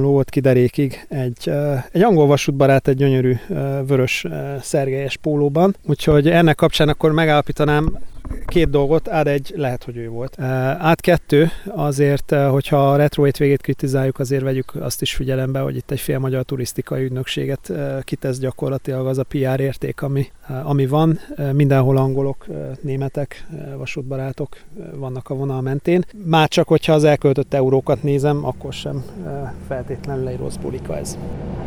Speaker 5: hasonló volt ki derékig. Egy, egy angol vasútbarát, egy gyönyörű vörös szergelyes pólóban. Úgyhogy ennek kapcsán akkor megállapítanám két dolgot, át egy lehet, hogy ő volt. Át kettő, azért, hogyha a Retro hétvégét kritizáljuk, azért vegyük azt is figyelembe, hogy itt egy fél magyar turisztikai ügynökséget kitesz gyakorlatilag az a pé er érték, ami, ami van. Mindenhol angolok, németek, vasútbarátok vannak a vonal mentén. Már csak, hogyha az elköltött eurókat nézem, akkor sem feltétlenül egy rossz bulika ez.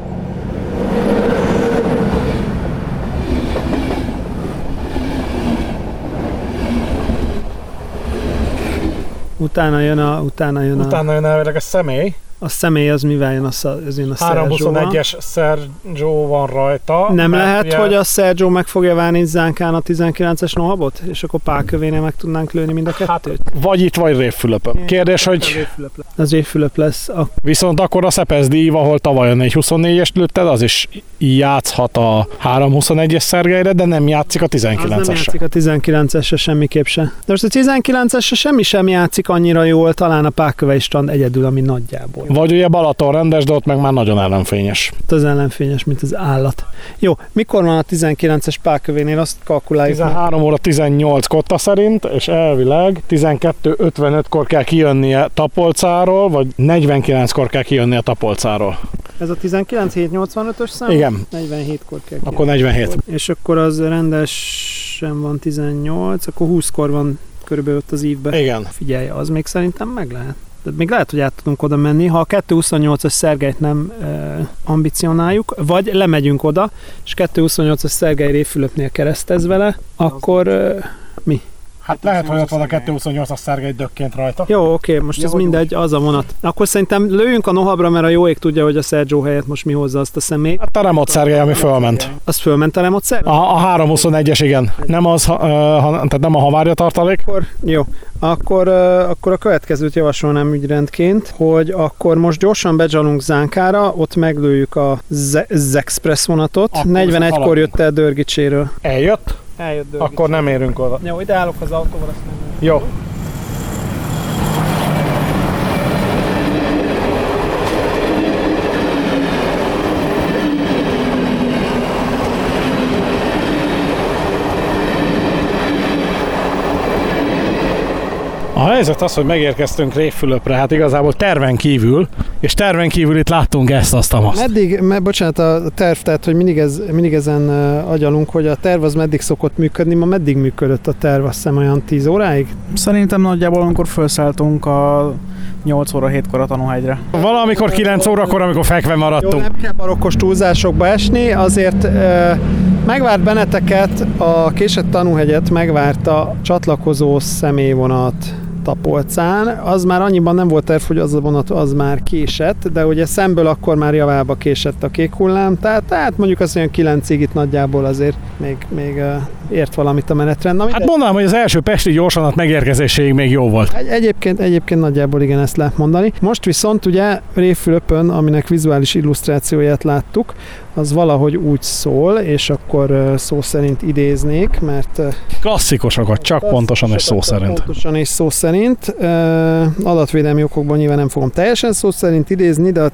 Speaker 5: Utána jön a... Utána jön a,
Speaker 2: utána jön elvileg a személy.
Speaker 5: A személy az mivel jön? Az, az jön a
Speaker 2: háromszázhuszonegyes Sergio van rajta.
Speaker 5: Nem lehet,
Speaker 2: ugye...
Speaker 5: hogy a Sergio meg fogja várni Zánkán a tizenkilences nohabot? És akkor Pálkövénél meg tudnánk lőni mind a kettőt?
Speaker 2: Hát, vagy itt, vagy Révfülöpön. Kérdés, hogy...
Speaker 5: Az Révfülöp lesz. A...
Speaker 2: Viszont akkor a Szepes díj, ahol tavaly a négyszázhuszonnégyest lőtted, az is játszhat a háromszázhuszonegyes Szergelyre, de nem játszik a tizenkilencesre.
Speaker 5: Az nem játszik a tizenkilencesre semmiképp se. De most a tizenkilencesre semmi sem játszik annyira jól, talán a Pálkövei strand egyedül, ami nagyjából.
Speaker 2: Vagy ugye Balaton rendes, de ott meg már nagyon ellenfényes.
Speaker 5: Ott az ellenfényes, mint az állat. Jó, mikor van a tizenkilences Pálkövénél, azt kalkuláljuk.
Speaker 2: tizenhárom óra tizennyolc kotta szerint, és elvileg tizenkettő ötvenötkor kell kijönnie Tapolcáról, vagy negyvenkilenckor kell kijönnie Tapolcáról.
Speaker 5: Ez a tizenkilenc hétszáznyolcvanötös szám?
Speaker 2: Igen.
Speaker 5: negyvenhétkor kell
Speaker 2: Akkor negyvenhét.
Speaker 5: És akkor az rendesen van tizennyolc, akkor húszkor van körülbelül ott az ívben.
Speaker 2: Igen.
Speaker 5: Figyelj, az még szerintem meg lehet. Tehát még lehet, hogy át tudunk oda menni, ha a kettőszázhuszonnyolcas Szergelyt nem e, ambicionáljuk, vagy lemegyünk oda, és kettőszázhuszonnyolcas Szergely Révfülöpnél keresztez vele, akkor e, mi?
Speaker 2: Hát lehet, hogy ott van a kettőszázhuszonnyolcas Szergely dökként rajta.
Speaker 5: Jó, oké, most ez mindegy, az a vonat. Akkor szerintem lőjünk a nohabra, mert a jó ég tudja, hogy a Sergio helyett most mi hozza azt a személyt.
Speaker 2: Hát a Remote Szergely, ami fölment.
Speaker 5: Az fölment a Remote Szergely?
Speaker 2: A, a háromszázhuszonegyes, igen. Nem az, ha, ha, tehát nem a havárja tartalék.
Speaker 5: Akkor, jó. Akkor, uh, akkor a következőt javasolnám ügyrendként, hogy akkor most gyorsan bedzsalunk Zánkára, ott meglőjük a Z-Express vonatot. Akkor negyvenegykor jött el Dörgicséről.
Speaker 2: Eljött?
Speaker 5: Eljött Dörgicséről.
Speaker 2: Akkor nem érünk oda.
Speaker 5: Jó, ide állok az autóval, azt nem.
Speaker 2: Jó. A helyzet az, hogy megérkeztünk Révfülöpre, hát igazából terven kívül, és terven kívül itt láttunk ezt, azt, azt.
Speaker 5: Meddig, me, bocsánat, a terv, tehát, hogy mindig, ez, mindig ezen uh, agyalunk, hogy a terv az meddig szokott működni, ma meddig működött a terv, azt hiszem olyan tíz óráig?
Speaker 3: Szerintem nagyjából, amikor felszálltunk a nyolc óra hétkor a tanúhegyre.
Speaker 2: Valamikor kilenc órakor, amikor fekve maradtunk.
Speaker 5: Jó, nem kell barokkos túlzásokba esni, azért uh, megvárt benneteket, a késett tanúhegyet megvárta csatlakozó személyvonat Tapolcán. Az már annyiban nem volt terv, hogy az a vonat az már késett, de ugye szemből akkor már javába késett a kék hullám, tehát, tehát mondjuk az olyan kilencig itt nagyjából azért még, még uh, ért valamit a menetrend. Na,
Speaker 2: hát mondanám, hogy az első pesti gyorsanat megérkezéséig még jó volt.
Speaker 5: Egy, egyébként, egyébként nagyjából igen, ezt lehet mondani. Most viszont ugye Révfülöpön, aminek vizuális illusztrációját láttuk, az valahogy úgy szól, és akkor uh, szó szerint idéznék, mert... Uh,
Speaker 2: klasszikusokat, csak pontosan és szó szerint.
Speaker 5: Pontosan és szó szerint. Uh, adatvédelmi okokból nyilván nem fogom teljesen szó szerint idézni, de a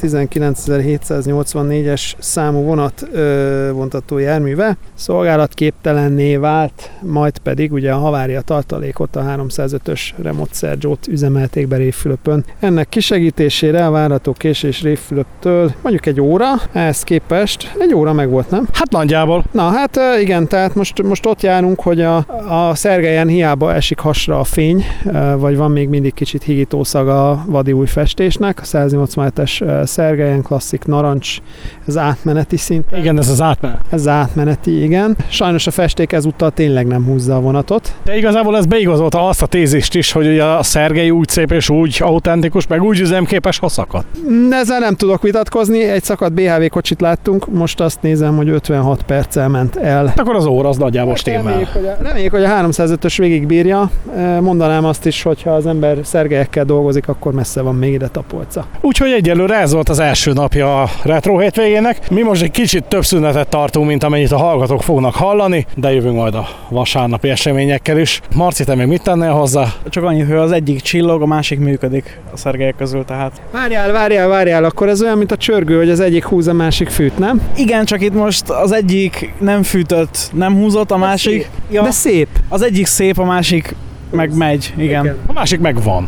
Speaker 5: tizenkilencezer-hétszáznyolcvannégyes számú vonat uh, vontató járműve szolgálatképtelenné vált, majd pedig ugye a havária tartalékot, a háromszázötös Remote Sergio-t üzemelték be Révfülöpön. Ennek kisegítésére a várható késés Révfülöptől mondjuk egy óra, ehhez képest egy óra meg volt, nem?
Speaker 2: Hát nagyjából.
Speaker 5: Na hát igen, tehát most, most ott járunk, hogy a, a Szergelyen hiába esik hasra a fény, vagy van még mindig kicsit higítószag a vadi új festésnek, a száznyolcvanhetes Szergelyen klasszik narancs, ez átmeneti szint.
Speaker 2: Igen, ez az átmenet.
Speaker 5: Ez átmeneti, igen. Sajnos a festék ezúttal tényleg nem húzza a vonatot.
Speaker 2: De igazából ez beigazolta azt a tézist is, hogy ugye a Szergely úgy szép és úgy autentikus, meg úgy üzemképes, ha szakad.
Speaker 5: Ezzel nem tudok vitatkozni, egy szakadt bé há vé kocsit láttunk, most azt nézem, hogy ötvenhat perccel ment el.
Speaker 2: Akkor az óra az nagyjából stimmel.
Speaker 5: Reméljük, hogy a, reméljük, hogy a háromszázötös végig bírja. Mondanám azt is, hogy hogyha az ember szergelyekkel dolgozik, akkor messze van még ide Tapolca.
Speaker 2: Úgyhogy egyelőre ez volt az első napja a Retro hétvégének. Mi most egy kicsit több szünetet tartunk, mint amennyit a hallgatók fognak hallani, de jövünk majd a vasárnapi eseményekkel is. Marci, te még mit tennél hozzá?
Speaker 3: Csak annyit, hogy az egyik csillog, a másik működik a szergelyek közül, tehát.
Speaker 5: Várjál, várjál, várjál, akkor ez olyan, mint a csörgő, hogy az egyik húz, a másik fűt, nem?
Speaker 3: Igen, csak itt most az egyik nem fűtött, nem húzott, a másik...
Speaker 5: Szép. Ja. De szép.
Speaker 3: Az egyik szép, a másik meg megy, igen. igen.
Speaker 2: A másik meg van.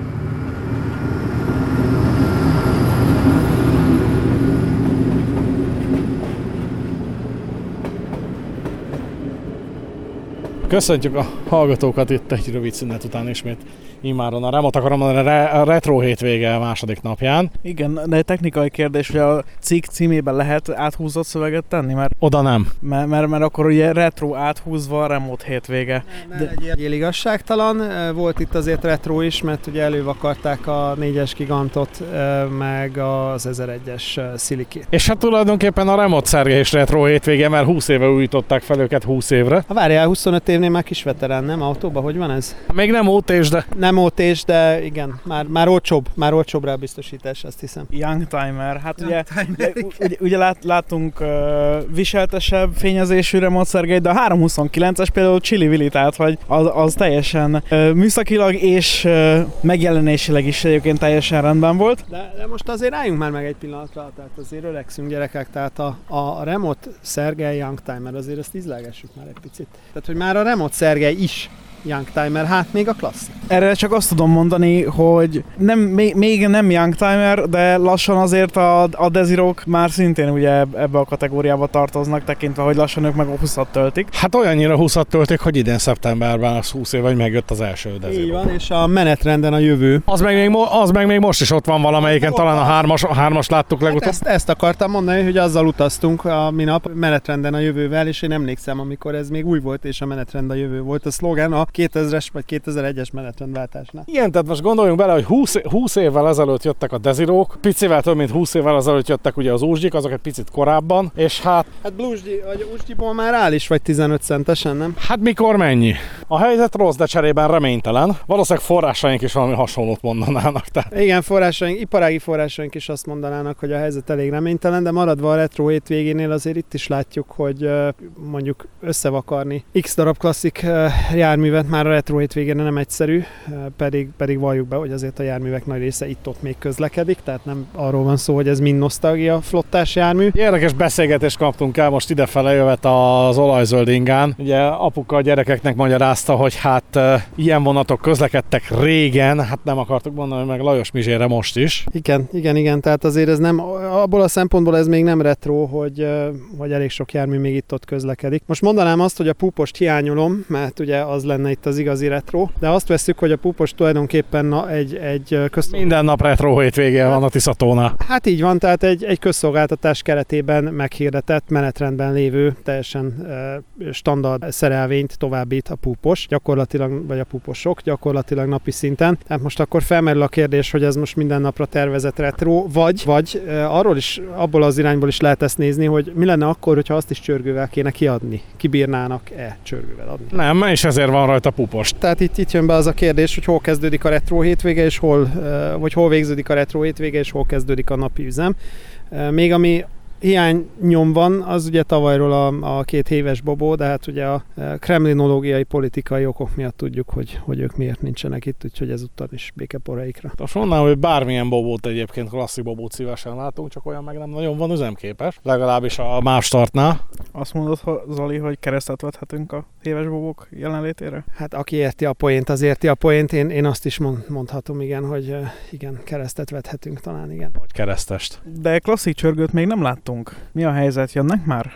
Speaker 2: Köszöntjük a hallgatókat itt egy rövid szünet után ismét immáron a Remot akarom mondani a Retro hétvége második napján.
Speaker 3: Igen, de egy technikai kérdés, hogy a cikk címében lehet áthúzott szöveget tenni? Mert,
Speaker 2: Oda nem.
Speaker 3: Mert, mert, mert akkor ugye Retro áthúzva a Remot hétvége.
Speaker 5: Ne, ne de... legyél igazságtalan, volt itt azért retro is, mert ugye elővakarták a négyes gigantot, meg az ezeregyes szilikét.
Speaker 2: És hát tulajdonképpen a Remot szerge is Retro hétvége, mert húsz éve újították fel őket húsz évre.
Speaker 5: Ha várjál, huszonöt évnél már kis veterán, nem autóban? Hogy van ez?
Speaker 2: Még nem ó té-s, de...
Speaker 5: Nem ó té-s, de igen, már, már olcsóbb, már olcsóbb rá a biztosítás, azt hiszem.
Speaker 3: Youngtimer, hát
Speaker 5: Young
Speaker 3: ugye,
Speaker 5: timer,
Speaker 3: ugye, ugye, ugye lát, látunk uh, viseltesebb fényezésű Remot szergeit, de a háromszázhuszonkilences például csili-vili, tehát hogy az, az teljesen uh, műszakilag és uh, megjelenésileg is egyébként teljesen rendben volt.
Speaker 5: De, de most azért álljunk már meg egy pillanatra, tehát azért öregszünk gyerekek, tehát a, a Remot Szergej Youngtimer, azért ezt ízlelgessük már egy picit. Tehát, hogy már a Remot Szergej is Youngtimer, hát még a klasszik.
Speaker 3: Erre csak azt tudom mondani, hogy nem, még, még nem Youngtimer, de lassan azért a, a Desirok már szintén ugye ebbe a kategóriába tartoznak, tekintve, hogy lassan ők meg a húszat töltik.
Speaker 2: Hát olyannyira húszat töltik, hogy idén szeptemberben az húsz év, vagy megjött az első Desirok.
Speaker 5: Így van, és a menetrenden a jövő.
Speaker 2: Az meg még, mo- az meg még most is ott van valamelyiken,
Speaker 5: ott
Speaker 2: talán
Speaker 5: van.
Speaker 2: a hármas, a hármas láttuk legutóbb.
Speaker 5: Hát ezt, ezt akartam mondani, hogy azzal utaztunk a minap menetrenden a jövővel, és én emlékszem, amikor ez még új volt, és a menetrend a jövő volt. A szlogán a kétezres vagy kétezer-egyes menetrendváltásnál.
Speaker 2: Igen, tehát most gondoljunk bele, hogy húsz, húsz évvel ezelőtt jöttek a Desirok, picivel több mint húsz évvel ezelőtt jöttek ugye az Úzsgyik, azok egy picit korábban, és hát...
Speaker 5: Hát Bluesgyi, vagy Úzsgyiból már áll is vagy tizenöt centesen, nem?
Speaker 2: Hát mikor mennyi? A helyzet rossz, de cserében reménytelen. Valószínűleg forrásaink is valami hasonlót mondanának. Tehát.
Speaker 5: Igen, forrásaink, iparági forrásaink is azt mondanának, hogy a helyzet elég reménytelen, de maradva a retro hétvégénél azért itt is látjuk, hogy mondjuk összevakarni X darab klasszik járművet már a retro hétvégén nem egyszerű, pedig, pedig valljuk be, hogy azért a járművek nagy része itt-ott még közlekedik, tehát nem arról van szó, hogy ez mind nosztalgia flottás jármű.
Speaker 2: Érdekes beszélgetést kaptunk el most idefele jövet az olajzöld ingán. Ugye apuka a gyerekeknek magyarázta, hogy hát e, ilyen vonatok közlekedtek régen, hát nem akartuk mondani, meg Lajos Mizsére most is.
Speaker 5: Igen, igen, igen, tehát azért ez nem, abból a szempontból ez még nem retro, hogy, hogy elég sok jármű még itt-ott közlekedik. Most mondanám azt, hogy a púpost hiányolom, mert ugye az lenne itt az igazi retro, de azt vesszük, hogy a púpos tulajdonképpen na, egy, egy köz...
Speaker 2: Minden nap retro hétvégén van a Tiszatónál.
Speaker 5: Hát így van, tehát egy, egy közszolgáltatás keretében meghirdetett, menetrendben lévő, teljesen uh, standard szerelvényt továbbít a púpos, gyakorlatilag, vagy a púposok, gyakorlatilag napi szinten. Tehát most akkor felmerül a kérdés, hogy ez most minden napra tervezett retro, vagy, vagy uh, arról is, abból az irányból is lehet ezt nézni, hogy mi lenne akkor, hogyha azt is csörgővel kéne kiadni. Kibírnának-e csörgővel adni?
Speaker 2: Nem, és ezért van rajta púpos.
Speaker 5: Tehát itt, itt jön be az a kérdés, hogy hol kezdődik a retro hétvége, és hol, vagy hol végződik a retro hétvége, és hol kezdődik a napi üzem. Még ami hiánynyom van, az ugye tavalyról a, a két éves Bobó, de hát ugye a kremlinológiai politikai okok miatt tudjuk, hogy, hogy ők miért nincsenek itt, úgyhogy ezúttal is békeporaikra.
Speaker 2: Most mondanám, hogy bármilyen Bobót egyébként, klasszik Bobót szívesen látunk, csak olyan meg nem nagyon van üzemképes, legalábbis a MÁV startnál.
Speaker 3: Azt mondod, Zoli, hogy keresztet vethetünk a éves Bobók jelenlétére?
Speaker 5: Hát aki érti a poént, az érti a poént, én, én azt is mond, mondhatom, igen, hogy igen, keresztet vethetünk talán, igen.
Speaker 2: Vagy keresztest.
Speaker 3: De klasszik csörgőt még nem láttunk. Mi a helyzet? Jönnek már?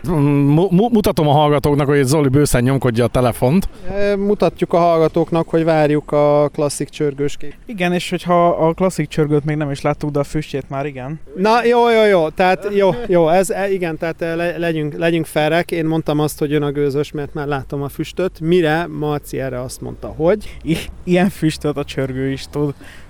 Speaker 2: M- mutatom a hallgatóknak, hogy Zoli bőszen nyomkodja a telefont.
Speaker 5: Mutatjuk a hallgatóknak, hogy várjuk a klasszik csörgős kép.
Speaker 3: Igen, és hogyha a klasszik csörgőt még nem is láttuk, de a füstjét már igen.
Speaker 5: Na jó, jó, jó, tehát jó, jó, ez igen, tehát le, legyünk, legyünk felrek. Én mondtam azt, hogy jön a gőzös, mert már látom a füstöt. Mire Marci erre azt mondta, hogy...
Speaker 3: I- ilyen füstöt a csörgő is tud.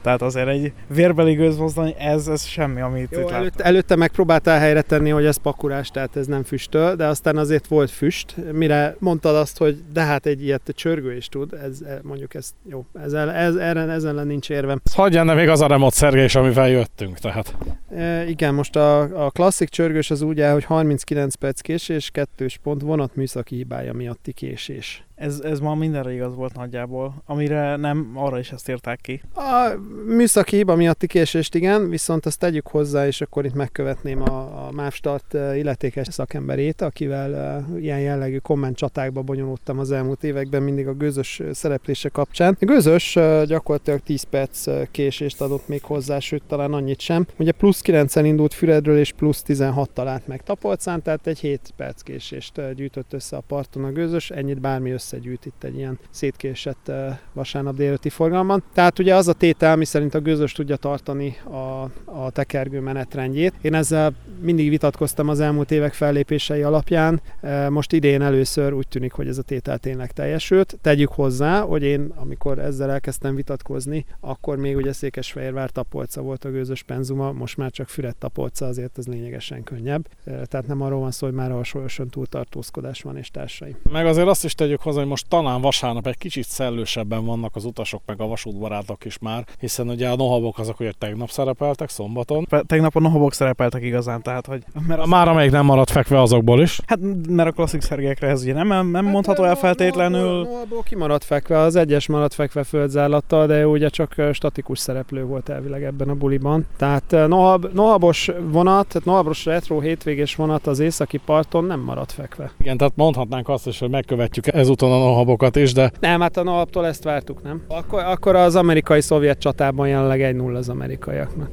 Speaker 3: Tehát azért egy vérbeli gőzmozdony, ez, ez semmi, amit
Speaker 5: Jó,
Speaker 3: itt
Speaker 5: előtte, előtte megpróbáltál helyre tenni, hogy ez pakurás, tehát ez nem füstöl, de aztán azért volt füst, mire mondtad azt, hogy de hát egy ilyet a csörgő is tud, ez, mondjuk ez jó, ezzel, ez, erre, ezzel ellen nincs érvem.
Speaker 2: Hagyján, de még az a remote szergés, amivel jöttünk, tehát.
Speaker 5: E, igen, most a, a klasszik csörgős az úgy áll, hogy harminckilenc perc késés, kettős pont vonat műszaki hibája miatti késés.
Speaker 3: Ez, ez ma mindenre igaz volt nagyjából, amire nem, arra is ezt írták ki.
Speaker 5: A műszaki hiba miatti késést igen, viszont azt tegyük hozzá, és akkor itt megkövetném a, a Mávstart illetékes szakemberét, akivel uh, ilyen jellegű komment csatákba bonyolultam az elmúlt években mindig a gőzös szereplése kapcsán. A gőzös uh, gyakorlatilag tíz perc késést adott még hozzá, sőt talán annyit sem. Ugye plusz kilencen indult Füredről, és plusz tizenhat talált meg Tapolcán, tehát egy hét perc késést gyűjtött össze a parton a gőzös, ennyit bármi össze összegyűjt itt egy ilyen szétkésett uh, vasárnap délelőtti forgalomban. Tehát ugye az a tétel, mi szerint a gőzös tudja tartani a, a tekergő menetrendjét. Én ezzel mindig vitatkoztam az elmúlt évek fellépései alapján. Uh, most idén először úgy tűnik, hogy ez a tétel tényleg teljesült. Tegyük hozzá, hogy én, amikor ezzel elkezdtem vitatkozni, akkor még ugye Székesfehérvár Tapolca volt a gőzös penzuma, most már csak Füred Tapolca, azért ez lényegesen könnyebb. Uh, tehát nem arról van szó, hogy már alsóosan túltartózkodás van és társai.
Speaker 2: Meg azért azt is tegyük hozzá, hogy most talán vasárnap egy kicsit szellősebben vannak az utasok, meg a vasútbarátok is már, hiszen ugye a nohabok azok, hogy tegnap szerepeltek, szombaton.
Speaker 3: Tegnap a nohabok szerepeltek igazán, tehát hogy...
Speaker 2: Mert már amelyik nem maradt fekve azokból is.
Speaker 3: Hát mert a klasszik szergékre ez ugye nem, nem hát mondható el feltétlenül.
Speaker 5: Nohabból kimaradt fekve, az egyes maradt fekve földzárlattal, de ugye csak statikus szereplő volt elvileg ebben a buliban. Tehát nohab, nohabos vonat, tehát nohabos retro hétvégés vonat az északi parton nem maradt fekve.
Speaker 2: Igen, tehát mondhatnánk azt is, hogy megkövetjük ezúton a nohabokat is, de...
Speaker 5: Nem, hát a nohabtól ezt vártuk, nem? Akkor, akkor az amerikai-szovjet csatában jelenleg egy nulla az amerikaiaknak.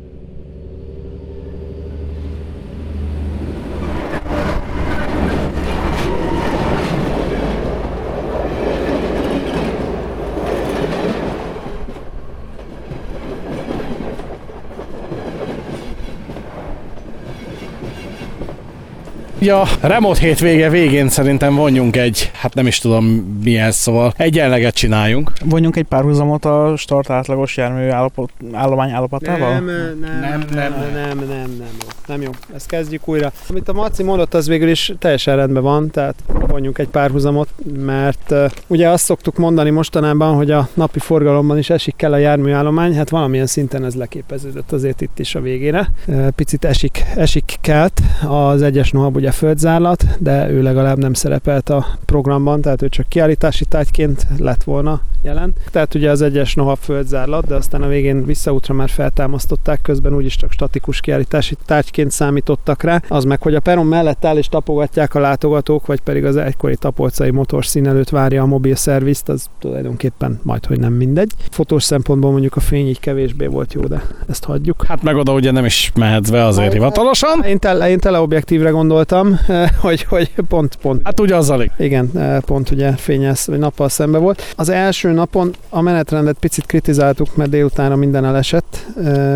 Speaker 2: Ja, remote hétvége végén szerintem vonjunk egy, hát nem is tudom milyen, szóval egyenleget csináljunk.
Speaker 3: Vonjunk egy párhuzamot a start átlagos jármű állapot, állomány állapotával?
Speaker 5: Nem, nem, nem, nem, nem, nem, nem, nem, jó. Nem jó. Ezt kezdjük újra. Amit a Marci mondott, az végül is teljesen rendben van, tehát vonjunk egy párhuzamot, mert uh, ugye azt szoktuk mondani mostanában, hogy a napi forgalomban is esik kell a járműállomány, hát valamilyen szinten ez leképeződött azért itt is a végére. Uh, picit esik, esik kelt az egyes nohab, ugye földzárlat, de ő legalább nem szerepelt a programban, tehát ő csak kiállítási tárgyként lett volna jelen. Tehát ugye az egyes nohab földzárlat, de aztán a végén visszaútra már feltámasztották, közben úgyis csak statikus kiállítási tárgyként számítottak rá. Az meg, hogy a peron mellett áll és tapogatják a látogatók, vagy pedig az egykori tapolcai motorszín előtt várja a mobil szervizt, az tulajdonképpen majdhogy nem mindegy. Fotós szempontból mondjuk a fény így kevésbé volt jó, de ezt hagyjuk.
Speaker 2: Hát meg oda ugye nem is mehetsz be azért hivatalosan.
Speaker 5: Én, tele, én teleobjektívre gondoltam, hogy, hogy pont, pont.
Speaker 2: Hát ugye azzal.
Speaker 5: Igen, pont ugye fényes, vagy nappal szembe volt. Az első napon a menetrendet picit kritizáltuk, mert délutánra minden elesett,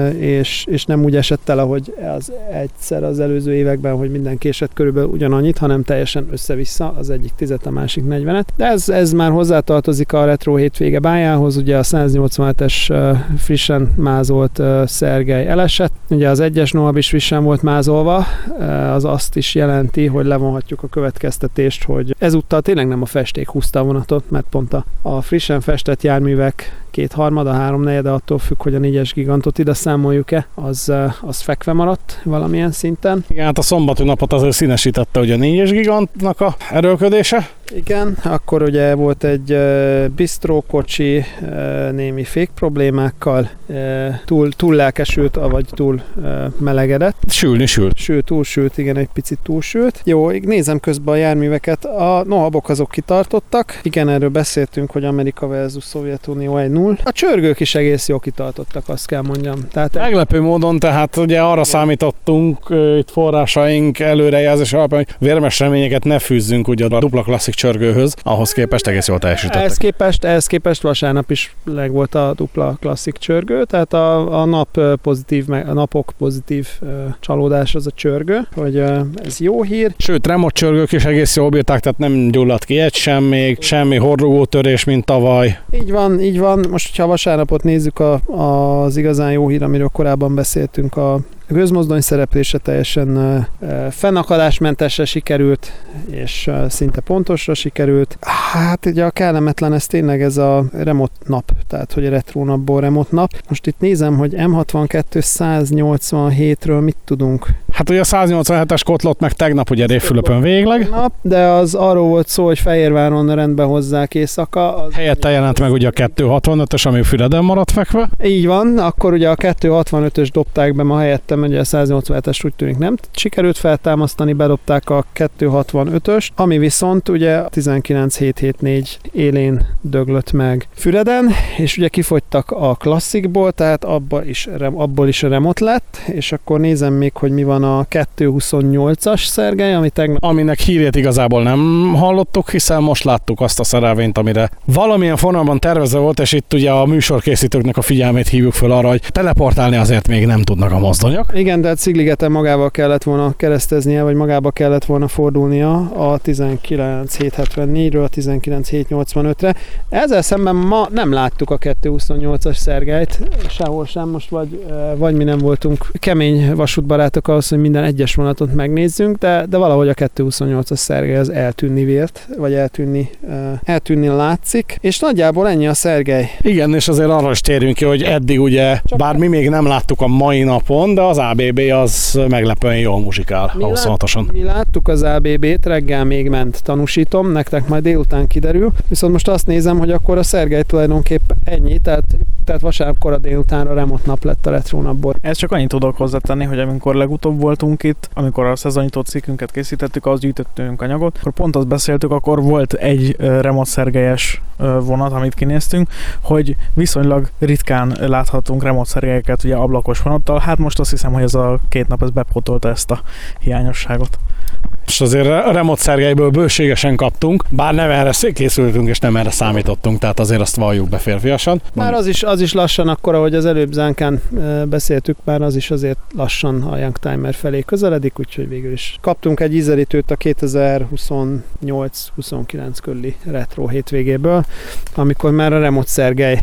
Speaker 5: és, és nem úgy esett el, ahogy az egyszer az előző években, hogy minden késett körülbelül ugyanannyit, hanem teljesen össze-vissza, az egyik tizet, a másik negyvenet. De ez, ez már hozzátartozik a retro hétvége bájához, ugye a száznyolcvanhetes frissen mázolt Szergely elesett, ugye az egyes nohab is frissen volt mázolva, az azt is jelenti, hogy levonhatjuk a következtetést, hogy ezúttal tényleg nem a festék húzta a vonatot, mert pont a, a frissen festett járművek kétharmada, háromnegyede, attól függ, hogy a négyes gigantot ide számoljuk-e, az, az fekve maradt valamilyen szinten.
Speaker 2: Igen, hát a szombati napot azért színesítette ugye a négyes gigantnak a erőlködése.
Speaker 5: Igen, akkor ugye volt egy uh, bistrókocsi uh, némi fék problémákkal, uh, túl, túl lelkesült, vagy túl uh, melegedett.
Speaker 2: Sülni sült.
Speaker 5: Sőt, túlsült, igen, egy picit túlsült. Jó, nézem közben a járműveket. A nohabok azok kitartottak. Igen, erről beszéltünk, hogy Amerika versus Szovjetunió egy null. A csörgők is egész jól kitartottak, azt kell mondjam. Tehát
Speaker 2: meglepő módon, tehát ugye arra igen. számítottunk uh, itt forrásaink előrejelzés alapján, hogy vérmes reményeket ne fűzzünk ugye a dupla klasszik csörgőhöz, ahhoz képest egész jól teljesítettek.
Speaker 5: Ehhez képest, ehhez képest vasárnap is leg volt a dupla klasszik csörgő, tehát a, a nap pozitív, a napok pozitív uh, csalódás az a csörgő, hogy uh, ez jó hír.
Speaker 2: Sőt, remote csörgők is egész jól bírták, tehát nem gyulladt ki egy sem még, semmi horrugó törés, mint tavaly.
Speaker 5: Így van, így van. most, hogyha vasárnapot nézzük, a, az igazán jó hír, amiről korábban beszéltünk, a gőzmozdony szereplése teljesen uh, fennakadásmentesre sikerült, és uh, szinte pontosra sikerült. Hát ugye a kellemetlen ez tényleg ez a remote nap, tehát hogy a retro napból remote nap. Most itt nézem, hogy em hatvankettő száznyolcvanhétről mit tudunk.
Speaker 2: Hát ugye a száznyolcvanhetes kotlott meg tegnap ugye Révfülöpön végleg.
Speaker 5: Nap, de az arról volt szó, hogy Fehérváron rendbe hozzák éjszaka. Az
Speaker 2: Helyette jelent meg ugye a kettőszázhatvanötös, ami Füreden maradt fekve.
Speaker 5: Így van, akkor ugye a kettőszázhatvanötös dobták be ma helyette, ugye a száznyolcvanhetes úgy tűnik nem sikerült feltámasztani, bedobták a kettőszázhatvanötöst, ami viszont ugye tizenkilenc hét hét négy élén döglött meg Füreden, és ugye kifogytak a klasszikból, tehát abba is, abból is remot lett, és akkor nézem még, hogy mi van a kettőszázhuszonnyolcas Szergely, ami tegnap...
Speaker 2: Aminek hírét igazából nem hallottuk, hiszen most láttuk azt a szerelvényt, amire valamilyen formában tervezve volt, és itt ugye a műsorkészítőknek a figyelmét hívjuk föl arra, hogy teleportálni azért még nem tudnak a mozdonyok.
Speaker 5: Igen, de Szigligeten magával kellett volna kereszteznie, vagy magába kellett volna fordulnia a tizenkilenc hét hetvennégyről a tizenkilenc hét nyolcvanötre. Ezzel szemben ma nem láttuk a kettőszázhuszonnyolcas Szergelyt, sehol sem, most vagy, vagy mi nem voltunk kemény vasútbarátok ahhoz, hogy minden egyes vonatot megnézzünk, de, de valahogy a kettőszázhuszonnyolcas Szergely az eltűnni vélt, vagy eltűnni, eltűnni látszik, és nagyjából ennyi a Szergely.
Speaker 2: Igen, és azért arra is térjünk ki, hogy eddig ugye, Csak bár mi még nem láttuk a mai napon, de az á bé bé az meglepően jól muzsikál a huszonhatoson.
Speaker 5: Mi láttuk az á bé bét, reggel még ment, tanúsítom, nektek majd délután kiderül, viszont most azt nézem, hogy akkor a Szergely tulajdonképp ennyi, tehát, tehát vasárnap kora délutánra remote nap lett a retro napból.
Speaker 3: Ez csak annyit tudok hozzátenni, hogy amikor legutóbb voltunk itt, amikor a szezonnyitó cikkünket készítettük, az gyűjtöttünk anyagot, akkor pont azt beszéltük, akkor volt egy uh, remote szergelyes uh, vonat, amit kinéztünk, hogy viszonylag ritkán láthatunk remote szergelyeket ugye ablakos vonattal, hát most azt hiszem, hogy ez a két nap ez bepótolta ezt a hiányosságot.
Speaker 2: És azért a remote Szergelyből bőségesen kaptunk, bár nem erre készültünk és nem erre számítottunk, tehát azért azt valljuk be férfiasan.
Speaker 5: Már az is, az is lassan akkor, ahogy az előbb Zánkán beszéltük, már az is azért lassan a Youngtimer felé közeledik, úgyhogy végül is kaptunk egy ízelítőt a kétezer-huszonnyolc huszonkilenc körüli retro hétvégéből, amikor már a remote Szergely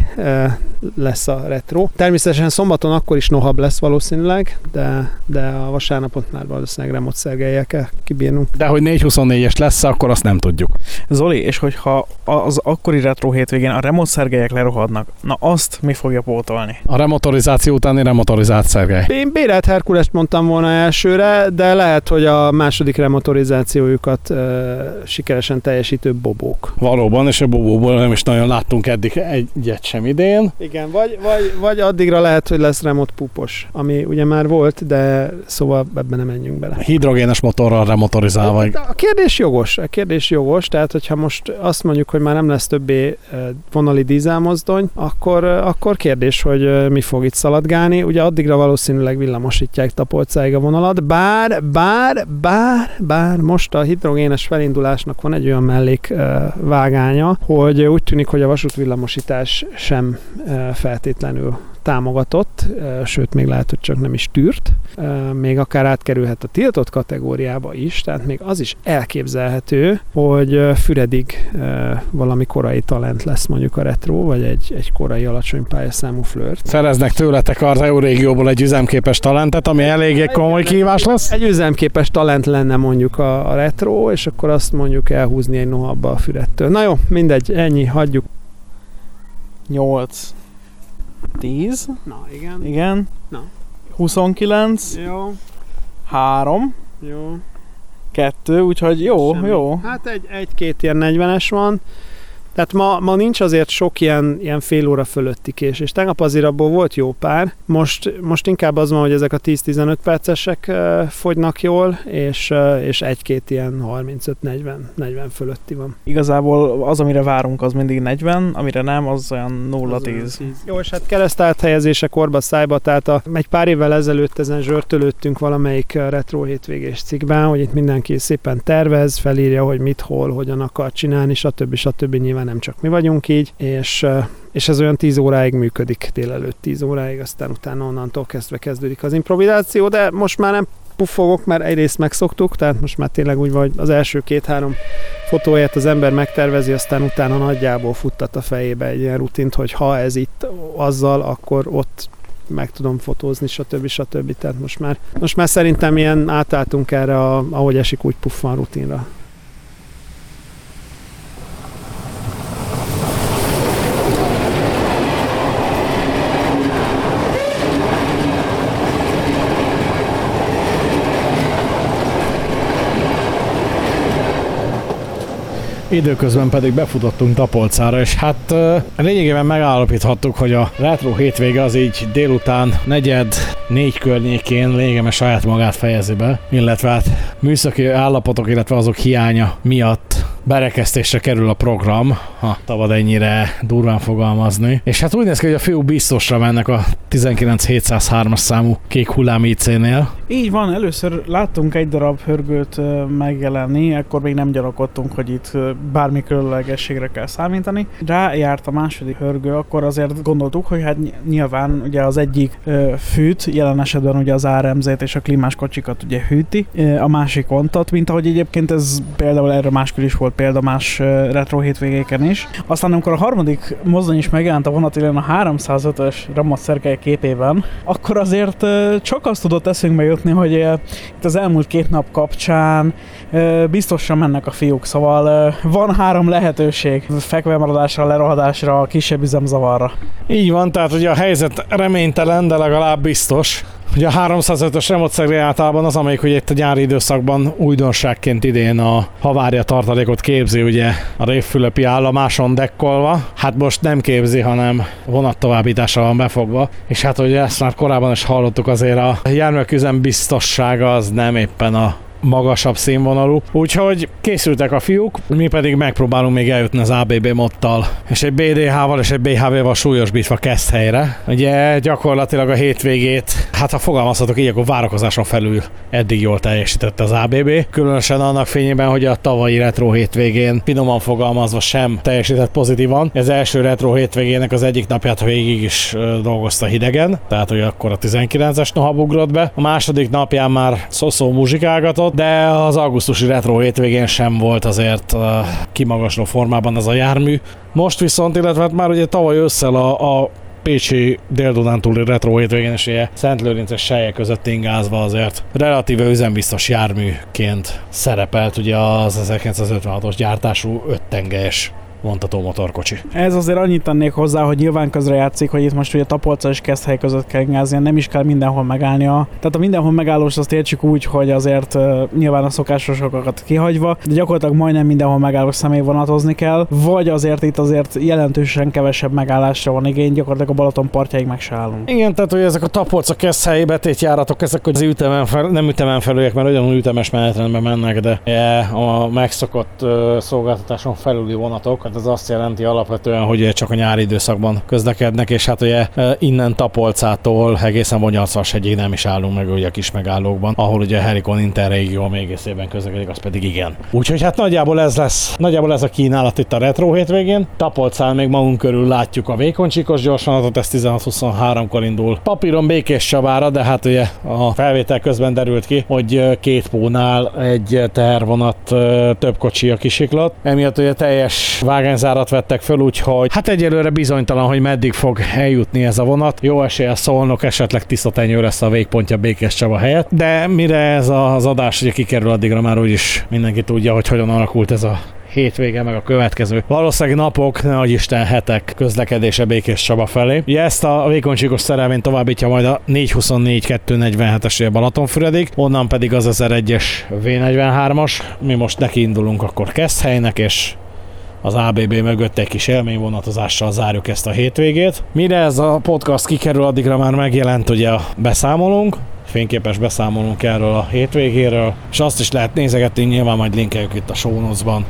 Speaker 5: lesz a retro. Természetesen szombaton akkor is nohab lesz valószínűleg, de, de a vasárnapot már valószínűleg remote Szergellyel kell kibírnunk.
Speaker 2: De hogy négy huszonnégyes lesz, akkor azt nem tudjuk.
Speaker 3: Zoli, és hogyha az akkori retro hétvégén a remote Szergelyek lerohadnak, na azt mi fogja pótolni?
Speaker 2: A remotorizáció utáni remotorizált Szergely.
Speaker 5: Én bérelt Herkulest mondtam volna elsőre, de lehet, hogy a második remotorizációjukat uh, sikeresen teljesítő bobók.
Speaker 2: Valóban, és a bobóból nem is nagyon láttunk eddig egyet sem idén.
Speaker 5: Igen, vagy, vagy, vagy addigra lehet, hogy lesz remote pupos, ami ugye már volt, de szóval ebben nem menjünk bele.
Speaker 2: Hidrogénes motorral remotorizálva.
Speaker 5: A kérdés jogos, a kérdés jogos, tehát hogyha most azt mondjuk, hogy már nem lesz többé vonali dízelmozdony, akkor, akkor kérdés, hogy mi fog itt szaladgálni. Ugye addigra valószínűleg villamosítják Tapolcáig a vonalat, bár, bár, bár, bár most a hidrogénes felindulásnak van egy olyan mellékvágánya, hogy úgy tűnik, hogy a vasútvillamosítás sem feltétlenül támogatott, sőt még lehet, hogy csak nem is tűrt, még akár átkerülhet a tiltott kategóriába is, tehát még az is elképzelhető, hogy Füredig valami korai talent lesz mondjuk a retro, vagy egy, egy korai alacsony pályaszámú flirt.
Speaker 2: Szereznek tőletek az é u régióból egy üzemképes talentet, ami eléggé komoly kihívás lesz?
Speaker 5: Egy üzemképes talent lenne mondjuk a, a retro, és akkor azt mondjuk elhúzni egy nohabba a Fürettől. Na jó, mindegy, ennyi, hagyjuk.
Speaker 3: nyolc tíz.
Speaker 5: Na, igen.
Speaker 3: Igen.
Speaker 5: Na.
Speaker 3: huszonkilenc.
Speaker 5: Jó.
Speaker 3: három.
Speaker 5: Jó.
Speaker 3: kettő, úgyhogy jó,
Speaker 5: Semmi.
Speaker 3: jó.
Speaker 5: Hát egy, egy-két ilyen negyvenes van. Tehát ma, ma nincs azért sok ilyen, ilyen fél óra fölötti késés. Tegnap azért abból volt jó pár. Most, most inkább az van, hogy ezek a tíz-tizenöt percesek uh, fogynak jól, és, uh, és egy-két ilyen harmincöt negyven fölötti van.
Speaker 3: Igazából az, amire várunk, az mindig negyven, amire nem, az olyan nulla tíz.
Speaker 5: Jó, és hát keresztáthelyezése korba szájba, tehát a, egy pár évvel ezelőtt ezen zsörtölődtünk valamelyik retro hétvégés cikkben, hogy itt mindenki szépen tervez, felírja, hogy mit, hol, hogyan akar csinálni, stb. stb. Nyilván nem csak mi vagyunk így, és, és ez olyan tíz óráig működik, délelőtt tíz óráig, aztán utána onnantól kezdve kezdődik az improvizáció, de most már nem puffogok, mert egyrészt megszoktuk, tehát most már tényleg úgy vagy az első két-három fotóját az ember megtervezi, aztán utána nagyjából futtat a fejébe egy ilyen rutint, hogy ha ez itt azzal, akkor ott meg tudom fotózni, stb. stb. Tehát most már, most már szerintem ilyen átálltunk erre, a, ahogy esik, úgy puffan rutinra.
Speaker 2: Időközben pedig befutottunk Tapolcára, és hát uh, lényegében megállapíthattuk, hogy a retro hétvége az így délután negyed négy környékén lényegében saját magát fejezi be, illetve hát műszaki állapotok, illetve azok hiánya miatt berekesztésre kerül a program, ha szabad ennyire durván fogalmazni. És hát úgy néz ki, hogy a fiúk biztosra mennek a tizenkilenc hétszázhármas számú kék hullám I C-nél.
Speaker 3: Így van, először láttunk egy darab hörgőt megjelenni, ekkor még nem gyanakodtunk, hogy itt bármi különlegességre kell számítani. Rájárt a második hörgő, akkor azért gondoltuk, hogy hát nyilván ugye az egyik fűt, jelen esetben ugye az á er em zét és a klímás kocsikat ugye hűti, a másik vontat, mint ahogy egyébként ez például erre máskor is volt példa más retro hétvégéken is. Aztán amikor a harmadik mozdony is megjelent a vonatillén a háromszázötös Ramot Szerkely képében, akkor azért csak azt tudott eszünkbe jutni, hogy itt az elmúlt két nap kapcsán biztosan mennek a fiúk, szóval van három lehetőség: fekvemaradásra, lerohadásra, kisebb üzemzavarra.
Speaker 2: Így van, tehát ugye a helyzet reménytelen, de legalább biztos. Ugye a háromszázötös Ramot Szerkely általában az, amelyik ugye itt a nyári időszakban újdonságként idén a havária tartalékot képzi, ugye a Révfülöpi állomáson dekkolva. Hát most nem képzi, hanem vonattovábbításra van befogva. És hát ugye ezt már korábban is hallottuk, azért a járművek üzembiztossága az nem éppen a magasabb színvonalú. Úgyhogy készültek a fiúk, mi pedig megpróbálunk még eljutni az á bé bé mottal, és egy bé dé há-val és egy bé há vé-val súlyosbítva Keszthelyre. Ugye gyakorlatilag a hétvégét, hát ha fogalmazhatok így, akkor várakozáson felül eddig jól teljesítette az á bé bé. Különösen annak fényében, hogy a tavalyi retro hétvégén finoman fogalmazva sem teljesített pozitívan. Ez első retro hétvégének az egyik napját végig is dolgozta hidegen, tehát hogy akkor a tizenkilences nohab ugrott be. A második napján már szoszó muzsikálgatott, de az augusztusi retro hétvégén sem volt azért uh, kimagasló formában ez a jármű. Most viszont, illetve hát már ugye tavaly ősszel a, a pécsi Dél-Dunántúli retro hétvégén is ugye Szentlőrinc és Selye között ingázva azért relatíve üzembiztos járműként szerepelt ugye az ezerkilencszázötvenhatos gyártású öttengelyes vontató motorkocsi.
Speaker 3: Ez azért annyit tennék hozzá, hogy nyilván közre játszik, hogy itt most ugye Tapolca és Keszthely között kell ingázni, nem is kell mindenhol megállnia. Tehát a mindenhol megállós azt értsük úgy, hogy azért uh, nyilván a szokásosokat kihagyva, de gyakorlatilag majdnem mindenhol megállós személyvonatozni kell, vagy azért itt azért jelentősen kevesebb megállásra van igény, gyakorlatilag a Balaton partjáig meg se állunk.
Speaker 2: Igen, tehát hogy ezek a Tapolca-Keszthelyi betétjáratok, ezek az ütemen fel, nem ütemen felüliek, mert ugyanúgy ütemes menetrendben mennek, de a megszokott uh, szolgáltatáson felüli vonatok. Hát ez azt jelenti alapvetően, hogy csak a nyári időszakban közlekednek, és hát ugye innen Tapolcától egészen Bonyarcvashegyig nem is állunk meg ugye a kis megállókban, ahol ugye a Helikon Interregió még egészében közlekedik, az pedig igen. Úgyhogy hát nagyjából ez lesz, nagyjából ez a kínálat itt a retro hétvégén. Tapolcán még magunk körül látjuk a vékonycsíkos gyorsvonatot, ez tizenhat huszonháromkor indul papíron Békés Csavára, de hát ugye a felvétel közben derült ki, hogy két pónál egy tehervonat több kocsia kisiklott. Emiatt ugye teljes vágányzárat vettek föl, úgyhogy hát egyelőre bizonytalan, hogy meddig fog eljutni ez a vonat. Jó eséllyel Szolnok, esetleg Tiszatenyő lesz a végpontja Békés Csaba helyett, de mire ez az adás ugye kikerül, addigra már úgyis mindenki tudja, hogy hogyan alakult ez a hétvége, meg a következő valószínűleg napok, nehogy Isten hetek közlekedése Békés Csaba felé. Ugye ezt a vékonycsíkos szerelvényt továbbítja majd a négyszázhuszonnégy kettőszáznegyvenhetes Balatonfüredig, onnan pedig az ezeregyes vé negyvenhármas. Mi most neki indulunk akkor Keszthelynek, és az á bé bé mögött egy kis élményvonatozással zárjuk ezt a hétvégét. Mire ez a podcast kikerül, addigra már megjelent ugye a beszámolónk, fényképes beszámolunk erről a hétvégéről, és azt is lehet nézegetni, nyilván majd linkeljük itt a show notes-ban.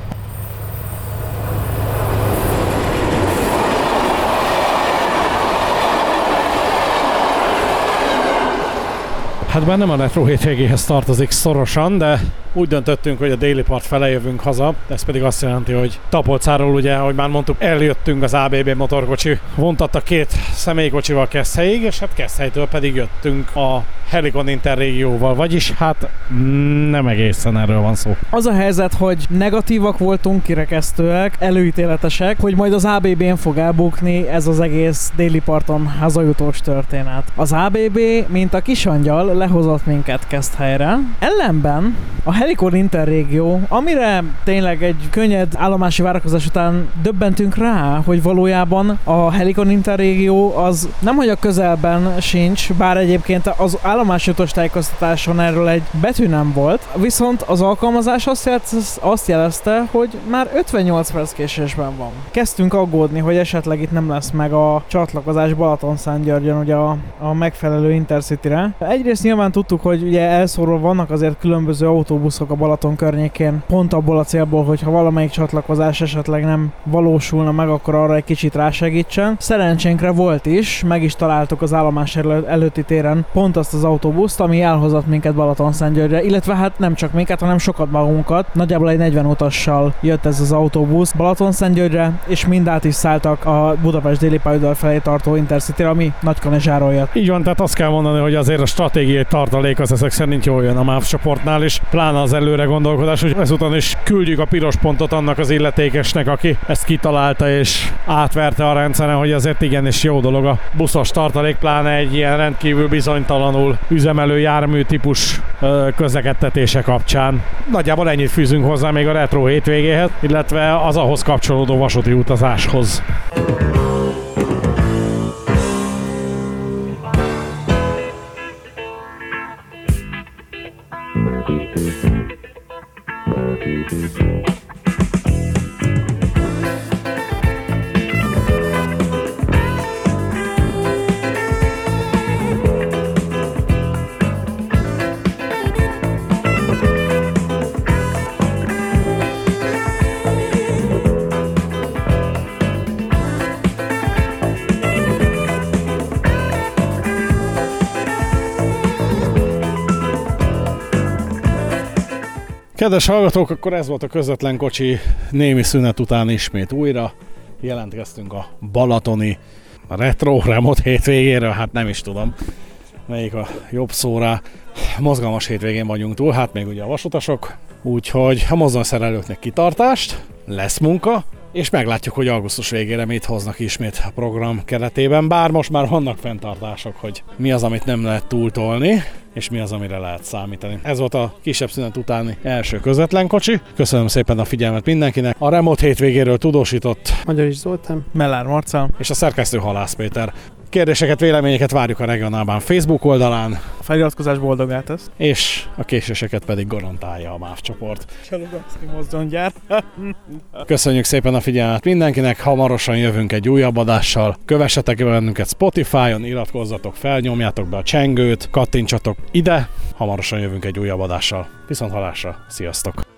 Speaker 2: Hát bár nem a retro hétvégéhez tartozik szorosan, de úgy döntöttünk, hogy a déli part fele jövünk haza, ez pedig azt jelenti, hogy Tapolcáról ugye, ahogy már mondtuk, eljöttünk az á bé bé motorkocsi vontatta két személykocsival Keszthelyig, és hát Keszthelytől pedig jöttünk a Helikon Interrégióval, vagyis hát nem egészen erről van szó.
Speaker 3: Az a helyzet, hogy negatívak voltunk, kirekesztőek, előítéletesek, hogy majd az á bé bén fog elbukni ez az egész déli parton hazajutós történet. Az á bé bé, mint a kisangyal, lehozott minket Keszthelyre. Ellenben a Helikon Interrégió, amire tényleg egy könnyed állomási várakozás után döbbentünk rá, hogy valójában a Helikon Interrégió az nemhogy a közelben sincs, bár egyébként az állomási utós tájékoztatáson erről egy betű nem volt, viszont az alkalmazás azt, jelz, azt jelezte, hogy már ötvennyolc perc késésben van. Kezdtünk aggódni, hogy esetleg itt nem lesz meg a csatlakozás Balatonszentgyörgyön ugye a, a megfelelő Intercityre. Egyrészt nyilván tudtuk, hogy ugye elszórva vannak azért különböző autóbuszok a Balaton környékén, pont abból a célból, hogy ha valamelyik csatlakozás esetleg nem valósulna meg, akkor arra egy kicsit rásegítsen. Szerencsénkre volt is, meg is találtuk az állomás elő, előtti téren pont azt az autóbuszt, ami elhozott minket Balatonszentgyörgyre, illetve hát nem csak minket, hanem sokat magunkat. Nagyjából egy negyven utassal jött ez az autóbusz Balatonszentgyörgyre, és mind át is szálltak a Budapest déli pályaudvar felé tartó Intercityre, ami Nagykanizsáról jött.
Speaker 2: Így van, tehát azt kell mondani, hogy azért a stratégiai tartalék az ezek szerint jól jön a MÁV csoportnál is, pláne az előre gondolkodás, hogy ezután is küldjük a piros pontot annak az illetékesnek, aki ezt kitalálta és átverte a rendszeren, hogy azért igenis jó dolog a buszos tartalék, pláne egy ilyen rendkívül bizonytalanul üzemelő jármű típus közlekedtetése kapcsán. Nagyjából ennyit fűzünk hozzá még a retro hétvégéhez, illetve az ahhoz kapcsolódó vasúti utazáshoz. Kedves hallgatók, akkor ez volt a közvetlen kocsi, némi szünet után ismét újra jelentkeztünk a balatoni retro remot hétvégéről, hát nem is tudom, melyik a jobb szó rá. Mozgalmas hétvégén vagyunk túl, hát még ugye a vasutasok, úgyhogy a mozdonyszerelőknek kitartást, lesz munka, és meglátjuk, hogy augusztus végére mit hoznak ismét a program keretében, bár most már vannak fenntartások, hogy mi az, amit nem lehet túltolni, és mi az, amire lehet számítani. Ez volt a kisebb szünet utáni első közvetlen kocsi. Köszönöm szépen a figyelmet mindenkinek. A remote hétvégéről tudósított
Speaker 5: Magyarics Zoltán,
Speaker 3: Mellár Marcell
Speaker 2: és a szerkesztő Halász Péter. Kérdéseket, véleményeket várjuk a Regionálban Facebook oldalán.
Speaker 3: A feliratkozás boldogá tesz.
Speaker 2: És a késéseket pedig garantálja a MÁV csoport.
Speaker 3: Csalugaszki mozdonygyár.
Speaker 2: Köszönjük szépen a figyelmet mindenkinek, hamarosan jövünk egy újabb adással. Kövessetek bennünket Spotify-on, iratkozzatok fel, nyomjátok be a csengőt, kattintsatok ide, hamarosan jövünk egy újabb adással. Viszont hallásra, sziasztok!